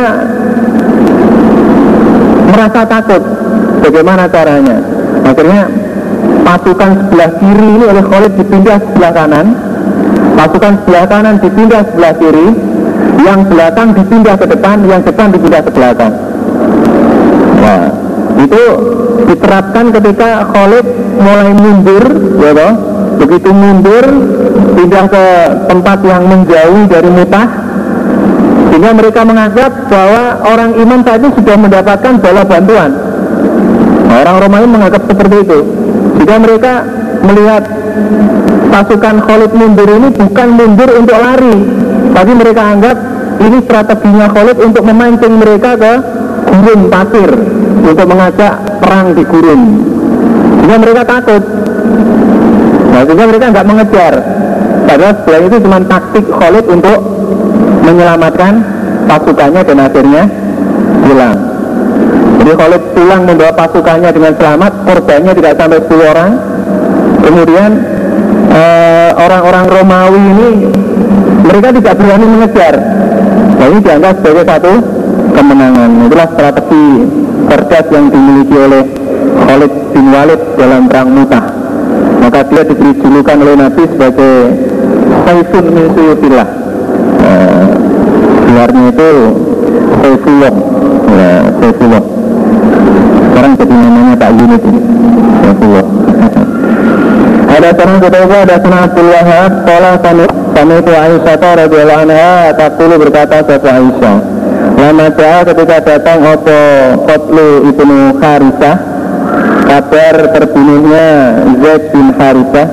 merasa takut. Bagaimana caranya? Akhirnya pasukan sebelah kiri ini oleh Khalid dipindah sebelah kanan, pasukan sebelah kanan dipindah sebelah kiri, yang belakang dipindah ke depan, yang depan dipindah ke belakang. Nah, itu diterapkan ketika Khalid mulai mundur, ya toh? Begitu mundur, pindah ke tempat yang menjauh dari Mu'tah, sehingga mereka menganggap bahwa orang iman saat itu sudah mendapatkan bala bantuan. Nah, orang Romawi menganggap seperti itu, jika mereka melihat pasukan Khalid mundur ini bukan mundur untuk lari, tapi mereka anggap ini strateginya Khalid untuk memancing mereka ke gurun pasir, untuk mengajak perang di gurun, sehingga mereka takut. Nah, sehingga mereka nggak mengejar. Padahal setelah itu cuma taktik Khalid untuk menyelamatkan pasukannya dan akhirnya pulang. Jadi Khalid pulang membawa pasukannya dengan selamat, korbannya tidak sampai sepuluh orang. Kemudian eh, orang-orang Romawi ini mereka tidak berani mengejar. Nah, ini dianggap sebagai satu kemenangan. Itulah strategi cerdas yang dimiliki oleh Khalid bin Walid dalam perang Mu'tah. Maka dia diberi julukan oleh Nabi sebagai Saifun min Suyutillah. Nah, gelarnya itu Saifullah, ya, Saifullah. Sekarang jadi namanya Pak Yunus ini, Saifullah. Ada seorang kutubah, ada seorang Abdul Wahab, Kala kami itu Aisyah radhiyallahu anha, taqulu berkata satu Aisyah, lama jauh ketika datang Opo Qatlu ibnu Harisah, kabar terbunuhnya Zaid bin Harisah.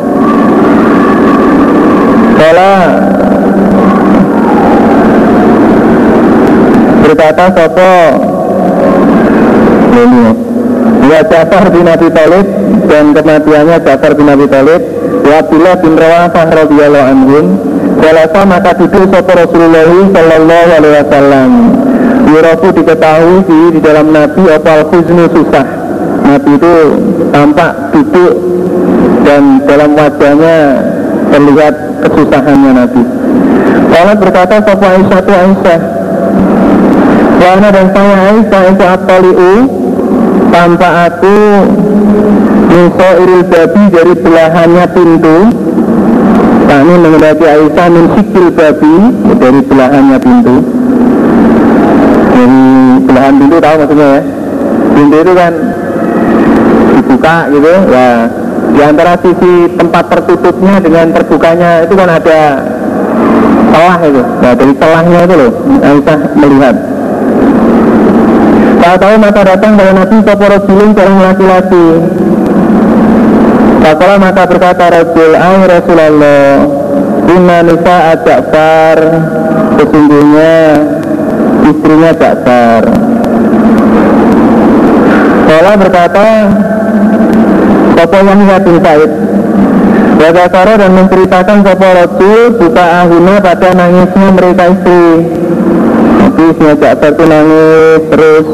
Kala berkata sopo ini ya Ja'far bin Abi Thalib, dan kematiannya Ja'far bin Abi Thalib, wa Abdullah bin Rawahah radhiyallahu anhum. Selasa maka duduk sopo Rasulullah sallallahu alaihi wasallam. Yurafu diketahui di, di dalam Nabi opal khuznu susah. Nabi itu tampak duduk dan dalam wajahnya terlihat kesusahannya Nabi. Kalau berkata sopo Aisyah tu Aisyah, Wana dan saya Aisyah itu atoli'u, tanpa aku Niso iril babi dari belahannya pintu. Kami mengendaki Aisyah min sikil babi, dari belahannya pintu. Dari belahan pintu, tahu maksudnya ya? Pintu itu kan dibuka gitu ya, di antara sisi tempat tertutupnya dengan terbukanya itu kan ada celah itu. Nah, dari celahnya itu loh Aisyah melihat. Tahu-tahu maka datang dari Nabi Soporo Julung seorang laki-laki. Fakola maka berkata Rasul, ay Rasulullah, Inna nisa Ja'far, sesungguhnya istrinya Ja'far. Fakola berkata Sopo Yahya bin Said, Wazakara dan menceritakan Sopo Rasul buka ahuna pada nangisnya mereka istri. Tapi istrinya Ja'far itu nangis terus.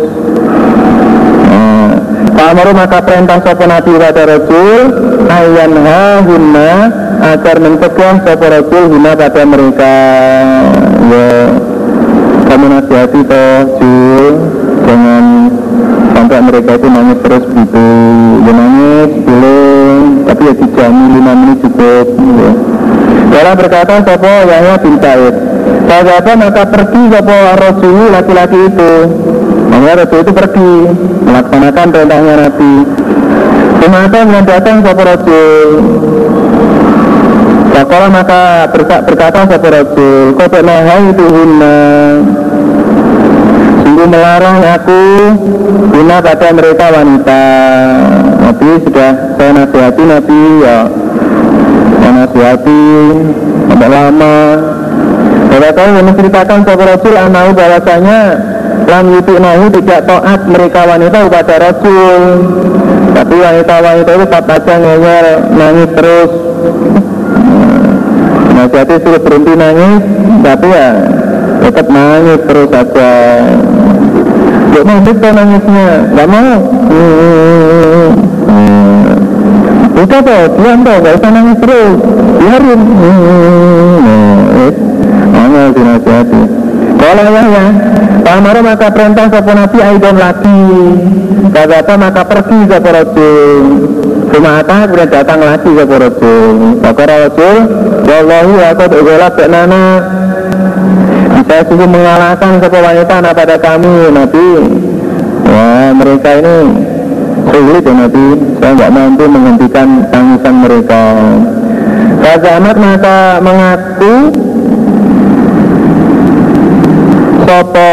Amaru maka perintah sopo Nabi pada Rasul ayan hahunna, agar mencegah sopo Rasul huna pada mereka. Ya, kamu nasihati toh Jul, jangan sampai mereka itu nangis terus begitu. Ya nangis boleh, tapi ya dijamin lima menit cukup. Ya. Dalam berkata sopo Yahya bin Said, sahabat maka pergi sopo Rasul laki-laki itu. Maka Rasul itu pergi melaksanakan perintahnya Nabi. Kemudian yang datang sopo Rasul Fakola maka berkata sapa rajul, qad nahaituhunna, sungguh melarang aku guna pada mereka wanita. Nabi sudah saya nasihati, Nabi ya saya nasihati sampai lama. Saya tahu menceritakan sapa rajul anahu bahwasanya lam yuti'nahu tidak taat mereka wanita kepada rajul, tapi wanita-wanita itu tak aja ngeyel, nangis terus. Nasihati suruh berhenti nangis, tapi ya tetap nangis terus saja. Gak mau kita nangisnya, gak mau. Hmm. Hmm. Udah toh, diam toh, gak usah nangis terus, biarin. Hmm. Hanya dinasihati. Kalau ya ya, Pamara maka perintah sapa Nabi Aidon lagi, kata maka pergi sapa rajul. Sumata kemudian datang lagi sapa rajul. Maka rajul, wallahi aku ugolat nana, saya sungguh mengalahkan sapa wanita anak pada kami, Nabi. Wah, mereka ini sulit ya Nabi, saya nggak mampu menghentikan tangisan mereka. Raja Ahmad maka mengaku sapa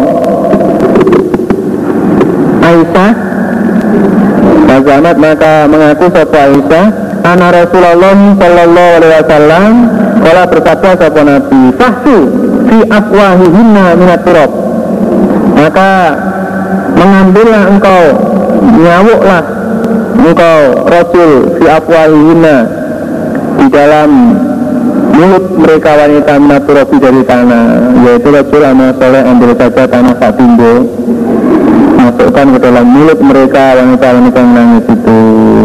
Aisyah. Raja Ahmad maka mengaku sapa Aisyah, ana Rasulullah sallallahu alaihi wasallam kala bersabda sapa Nabi, fahsu fi afwahihinna minat turab, maka mengambillah engkau, nyawuklah engkau rajul fi afwahihinna, di dalam mulut mereka wanita minat turab dari tanah, yaitu rajul amal soleh ambil saja tanah sak timbo, masukkan ke dalam mulut mereka wanita-wanita yang nangis itu.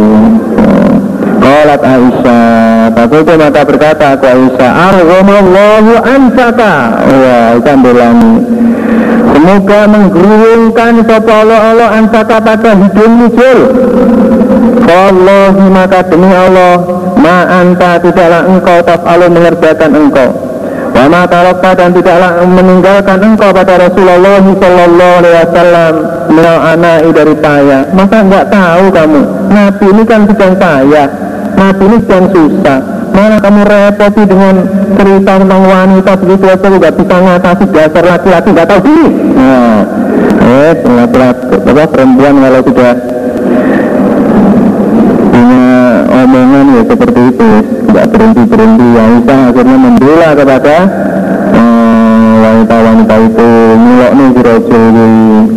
Qalat Aisyah, fakultu maka berkata aku Aisyah, arghamallahu ansaka, wah ikan belani, semoga menggerungkan sapa Allah Allah ansaka pada hidungmu jul. Wallahi maka demi Allah, ma anta tidaklah engkau taf'alu mengerjakan engkau, wa ma tarakta dan tidaklah meninggalkan engkau pada Rasulullah sallallahu alaihi wasallam minal ana'i dari payah. Masa enggak tahu kamu, Nabi ini kan sedang payah, Nabi ini sedang susah, mana kamu repoti dengan cerita tentang wanita begitu aja juga bisa ngatasi, dasar laki-laki nggak tahu diri. Nah, eh laki-laki apa perempuan kalau sudah punya omongan ya seperti itu, nggak berhenti berhenti. Aisyah akhirnya membela kepada eh, wanita-wanita itu, nyulok nih si rajul ini.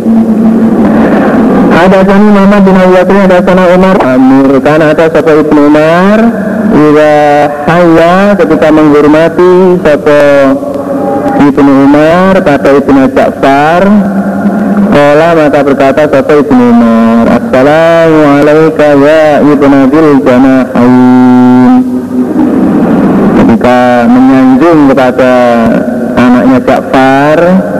Ada sani Muhammad bin Ayyatri, ada sana Umar Amir, karena ada sapa Ibnu Umar ila haya ketika menghormati sapa Ibnu Umar pada Ibnu Ja'far. Kala maka berkata sapa Ibnu Umar, assalamu alaika ya Ibnu Bil Janahain, ketika menyanjung kepada anaknya Ja'far.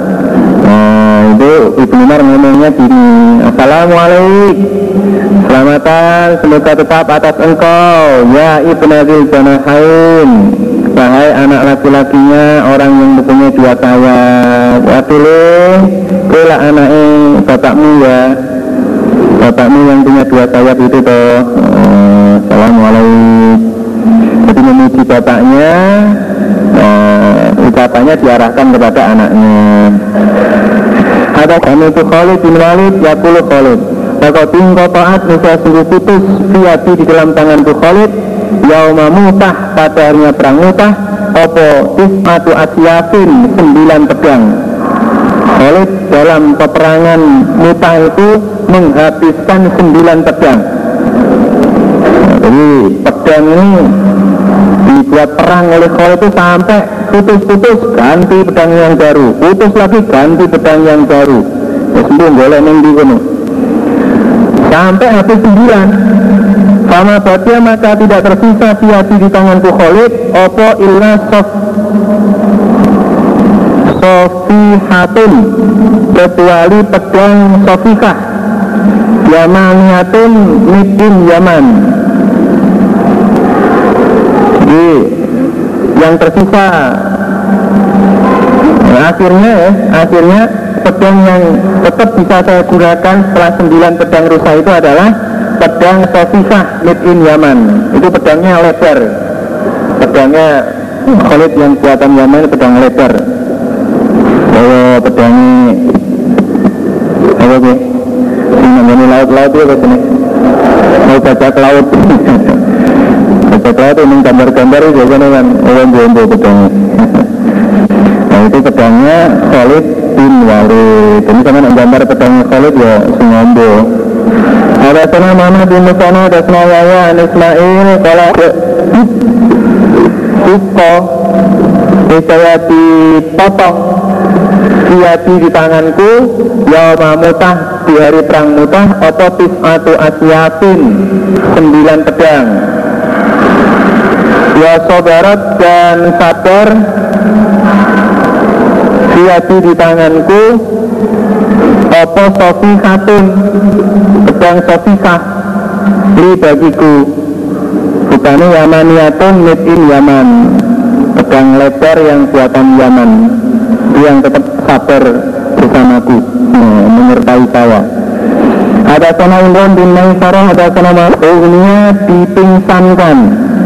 Itu Ibnu Umar ngomongnya gini, assalamualaikum, selamatan semoga tetap atas engkau ya Ibnu Adzil Janahain, wahai anak laki-lakinya orang yang mempunyai dua sayap. Wakilih kela anaknya bapakmu ya, bapakmu yang punya dua sayap itu toh. uh, Assalamualaikum. Jadi memuji bapaknya, uh, ucapannya diarahkan kepada anaknya. Ada kami itu Khalid bin Walid, yakulu Khalid, maka tinggal taat bisa sungguh putus fiati di dalam tanganku Khalid, yauma mutah pada harinya perang mutah, opo tis'atu asyafin sembilan pedang. Khalid dalam peperangan mutah itu menghabiskan sembilan pedang. Nah, jadi pedang ini dibuat perang oleh Khalid itu sampai putus-putus, ganti pedang yang baru, putus lagi ganti pedang yang baru. Ya sembuh boleh nengdi kono. Sampai habis sembilan. Sama batia maka tidak tersisa siati di tanganku Khalid, opo illa sof sofihatun, kecuali pedang sofihah, yamaniyatun midin Yaman. Jadi yang tersisa nah, akhirnya ya, akhirnya pedang yang tetap bisa saya gunakan setelah sembilan pedang rusa itu adalah pedang Sofifah made in Yaman. Itu pedangnya lebar, pedangnya Khalid yang buatan Yaman, pedang lebar. Kalau pedangnya apa sih? Ini laut-laut itu apa sih? Mau bajak laut. Bajak laut ini gambar-gambar itu biasanya kan ombo-ombo pedangnya. Nah itu pedangnya Khalid bin Walid. Ini sama gambar pedangnya Khalid ya Sengombo. Ada sana Muhammad bin Musana, ada sana Yahya an Ismail. Kalau Suko saya dipotong siati di tanganku yauma mutah, di hari perang mutah, ototis atau asyatin, sembilan pedang. Ya sobarat dan sabar siati di tanganku opo sofikatun, pedang sofikah li bagiku, bukannya Yamaniyatun midin Yaman, pedang lebar yang buatan Yaman, yang tetap sabar bersamaku, nah, menyertai saya. Ada sana Imran bin Maisarah, ada sana Ma'uhnya dipingsankan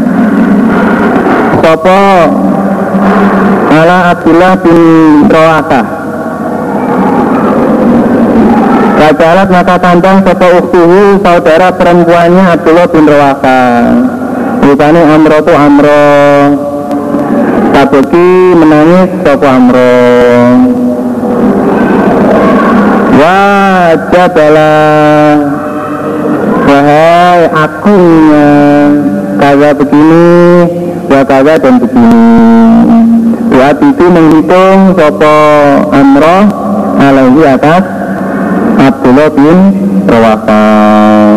sopo ala Abdullah bin Rawakah. Rajalat maka tantang sopo uktuhu, saudara perempuannya Abdullah bin Rawakah. Bukannya Amro tu Amro, Tabuki menangis sopo Amro. Wajabalah, wahai akunya, kaya begini, ya kaya dan begini. Buat itu menghitung sopo Amro alaihi atas Abdullah bin Rawakah.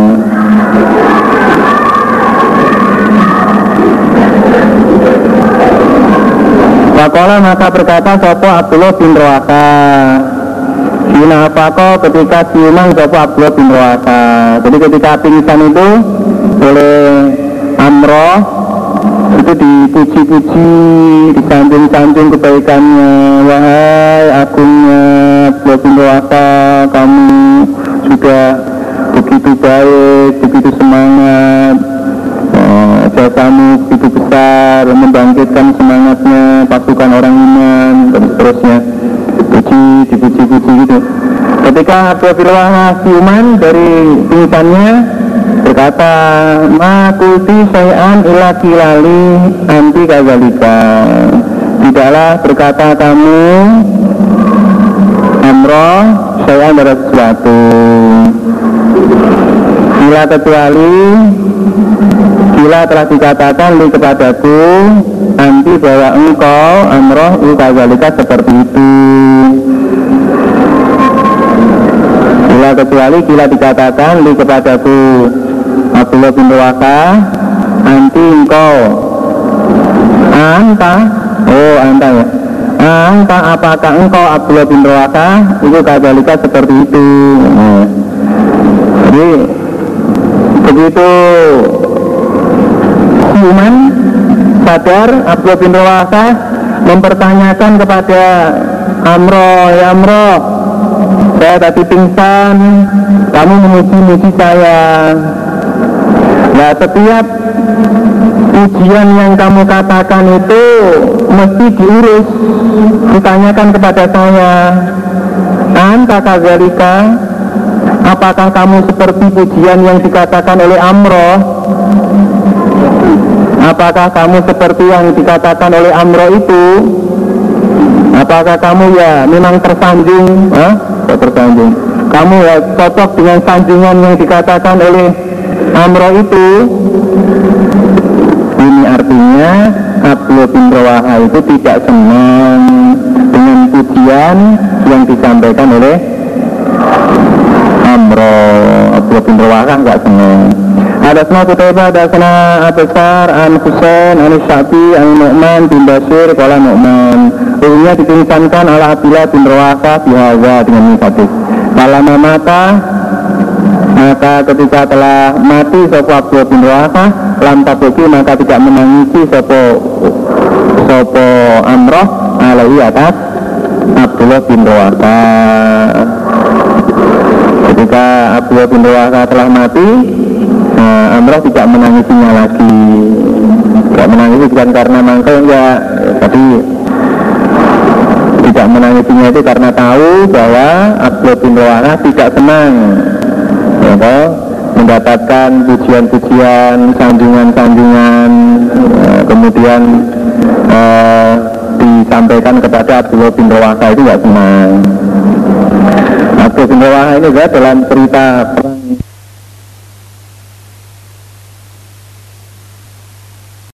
Wakola maka berkata sopo Abdullah bin Rawakah, Hina apako ketika siuman sopo Abdullah bin Rawakah. Jadi ketika pingsan itu oleh Amro, itu dipuji-puji, disanjung-sanjung kebaikannya. Wahai agungnya Abdullah bin Rawakah, kamu sudah begitu baik, begitu semangat, oh, jasamu begitu besar, membangkitkan semangatnya pasukan orang iman, dan seterusnya. Puji, dipuji-puji gitu. Ketika Abdullah bin Rawakah siuman dari pingsannya, berkata, ma kulti syai'an ila kilali anti kazalika. Tidaklah berkata kamu Amro syai'an pada sesuatu, bila kecuali bila telah dikatakan li kepadaku anti bahwa engkau Amro ila kazalika seperti itu. Bila kecuali bila dikatakan li kepadaku Abdullah bin Rawakah anti engkau anta, oh anta ya, anta apakah engkau Abdullah bin Rawakah itu kadzalika seperti itu. Nah, jadi begitu Human sadar, Abdullah bin Rawakah mempertanyakan kepada Amro, ya Amro, saya tadi pingsan, kamu memuji-muji saya. Nah, setiap ujian yang kamu katakan itu mesti diurus, ditanyakan kepada saya. Anta kadzalika, apakah kamu seperti pujian yang dikatakan oleh Amro? Apakah kamu seperti yang dikatakan oleh Amro itu? Apakah kamu ya memang tersanjung? Hah? Kok tersanjung? Kamu ya cocok dengan sanjungan yang dikatakan oleh Amro itu? Ini artinya Abdullah bin Rawakah itu tidak senang dengan pujian yang disampaikan oleh Amro. Abdullah bin Rawakah nggak senang. Ada sana Kutaibah, ada sana Abesar, An Husain, An Syabi, An Nu'man bin Bashir, Kala Nu'man. Umumnya dipingsankan ala Abdullah bin Rawakah bihaza dengan ini hadis. Kalama mata, maka ketika telah mati sopo Abdullah bin Rawakah, lam tabuki maka tidak menangisi sopo sopo Amroh alaihi atas Abdullah bin Rawakah. Ketika Abdullah bin Rawakah telah mati, nah, Amroh tidak menangisinya lagi. Tidak menangis bukan karena mangkel, enggak. Tapi tidak menangisinya itu karena tahu bahwa Abdul bin Rawaha tidak senang, ya, mendapatkan pujian-pujian, sanjungan-sanjungan, eh, kemudian eh, disampaikan kepada Abdullah bin Rawaha itu tidak senang. Abdul bin Rawaha ini juga dalam cerita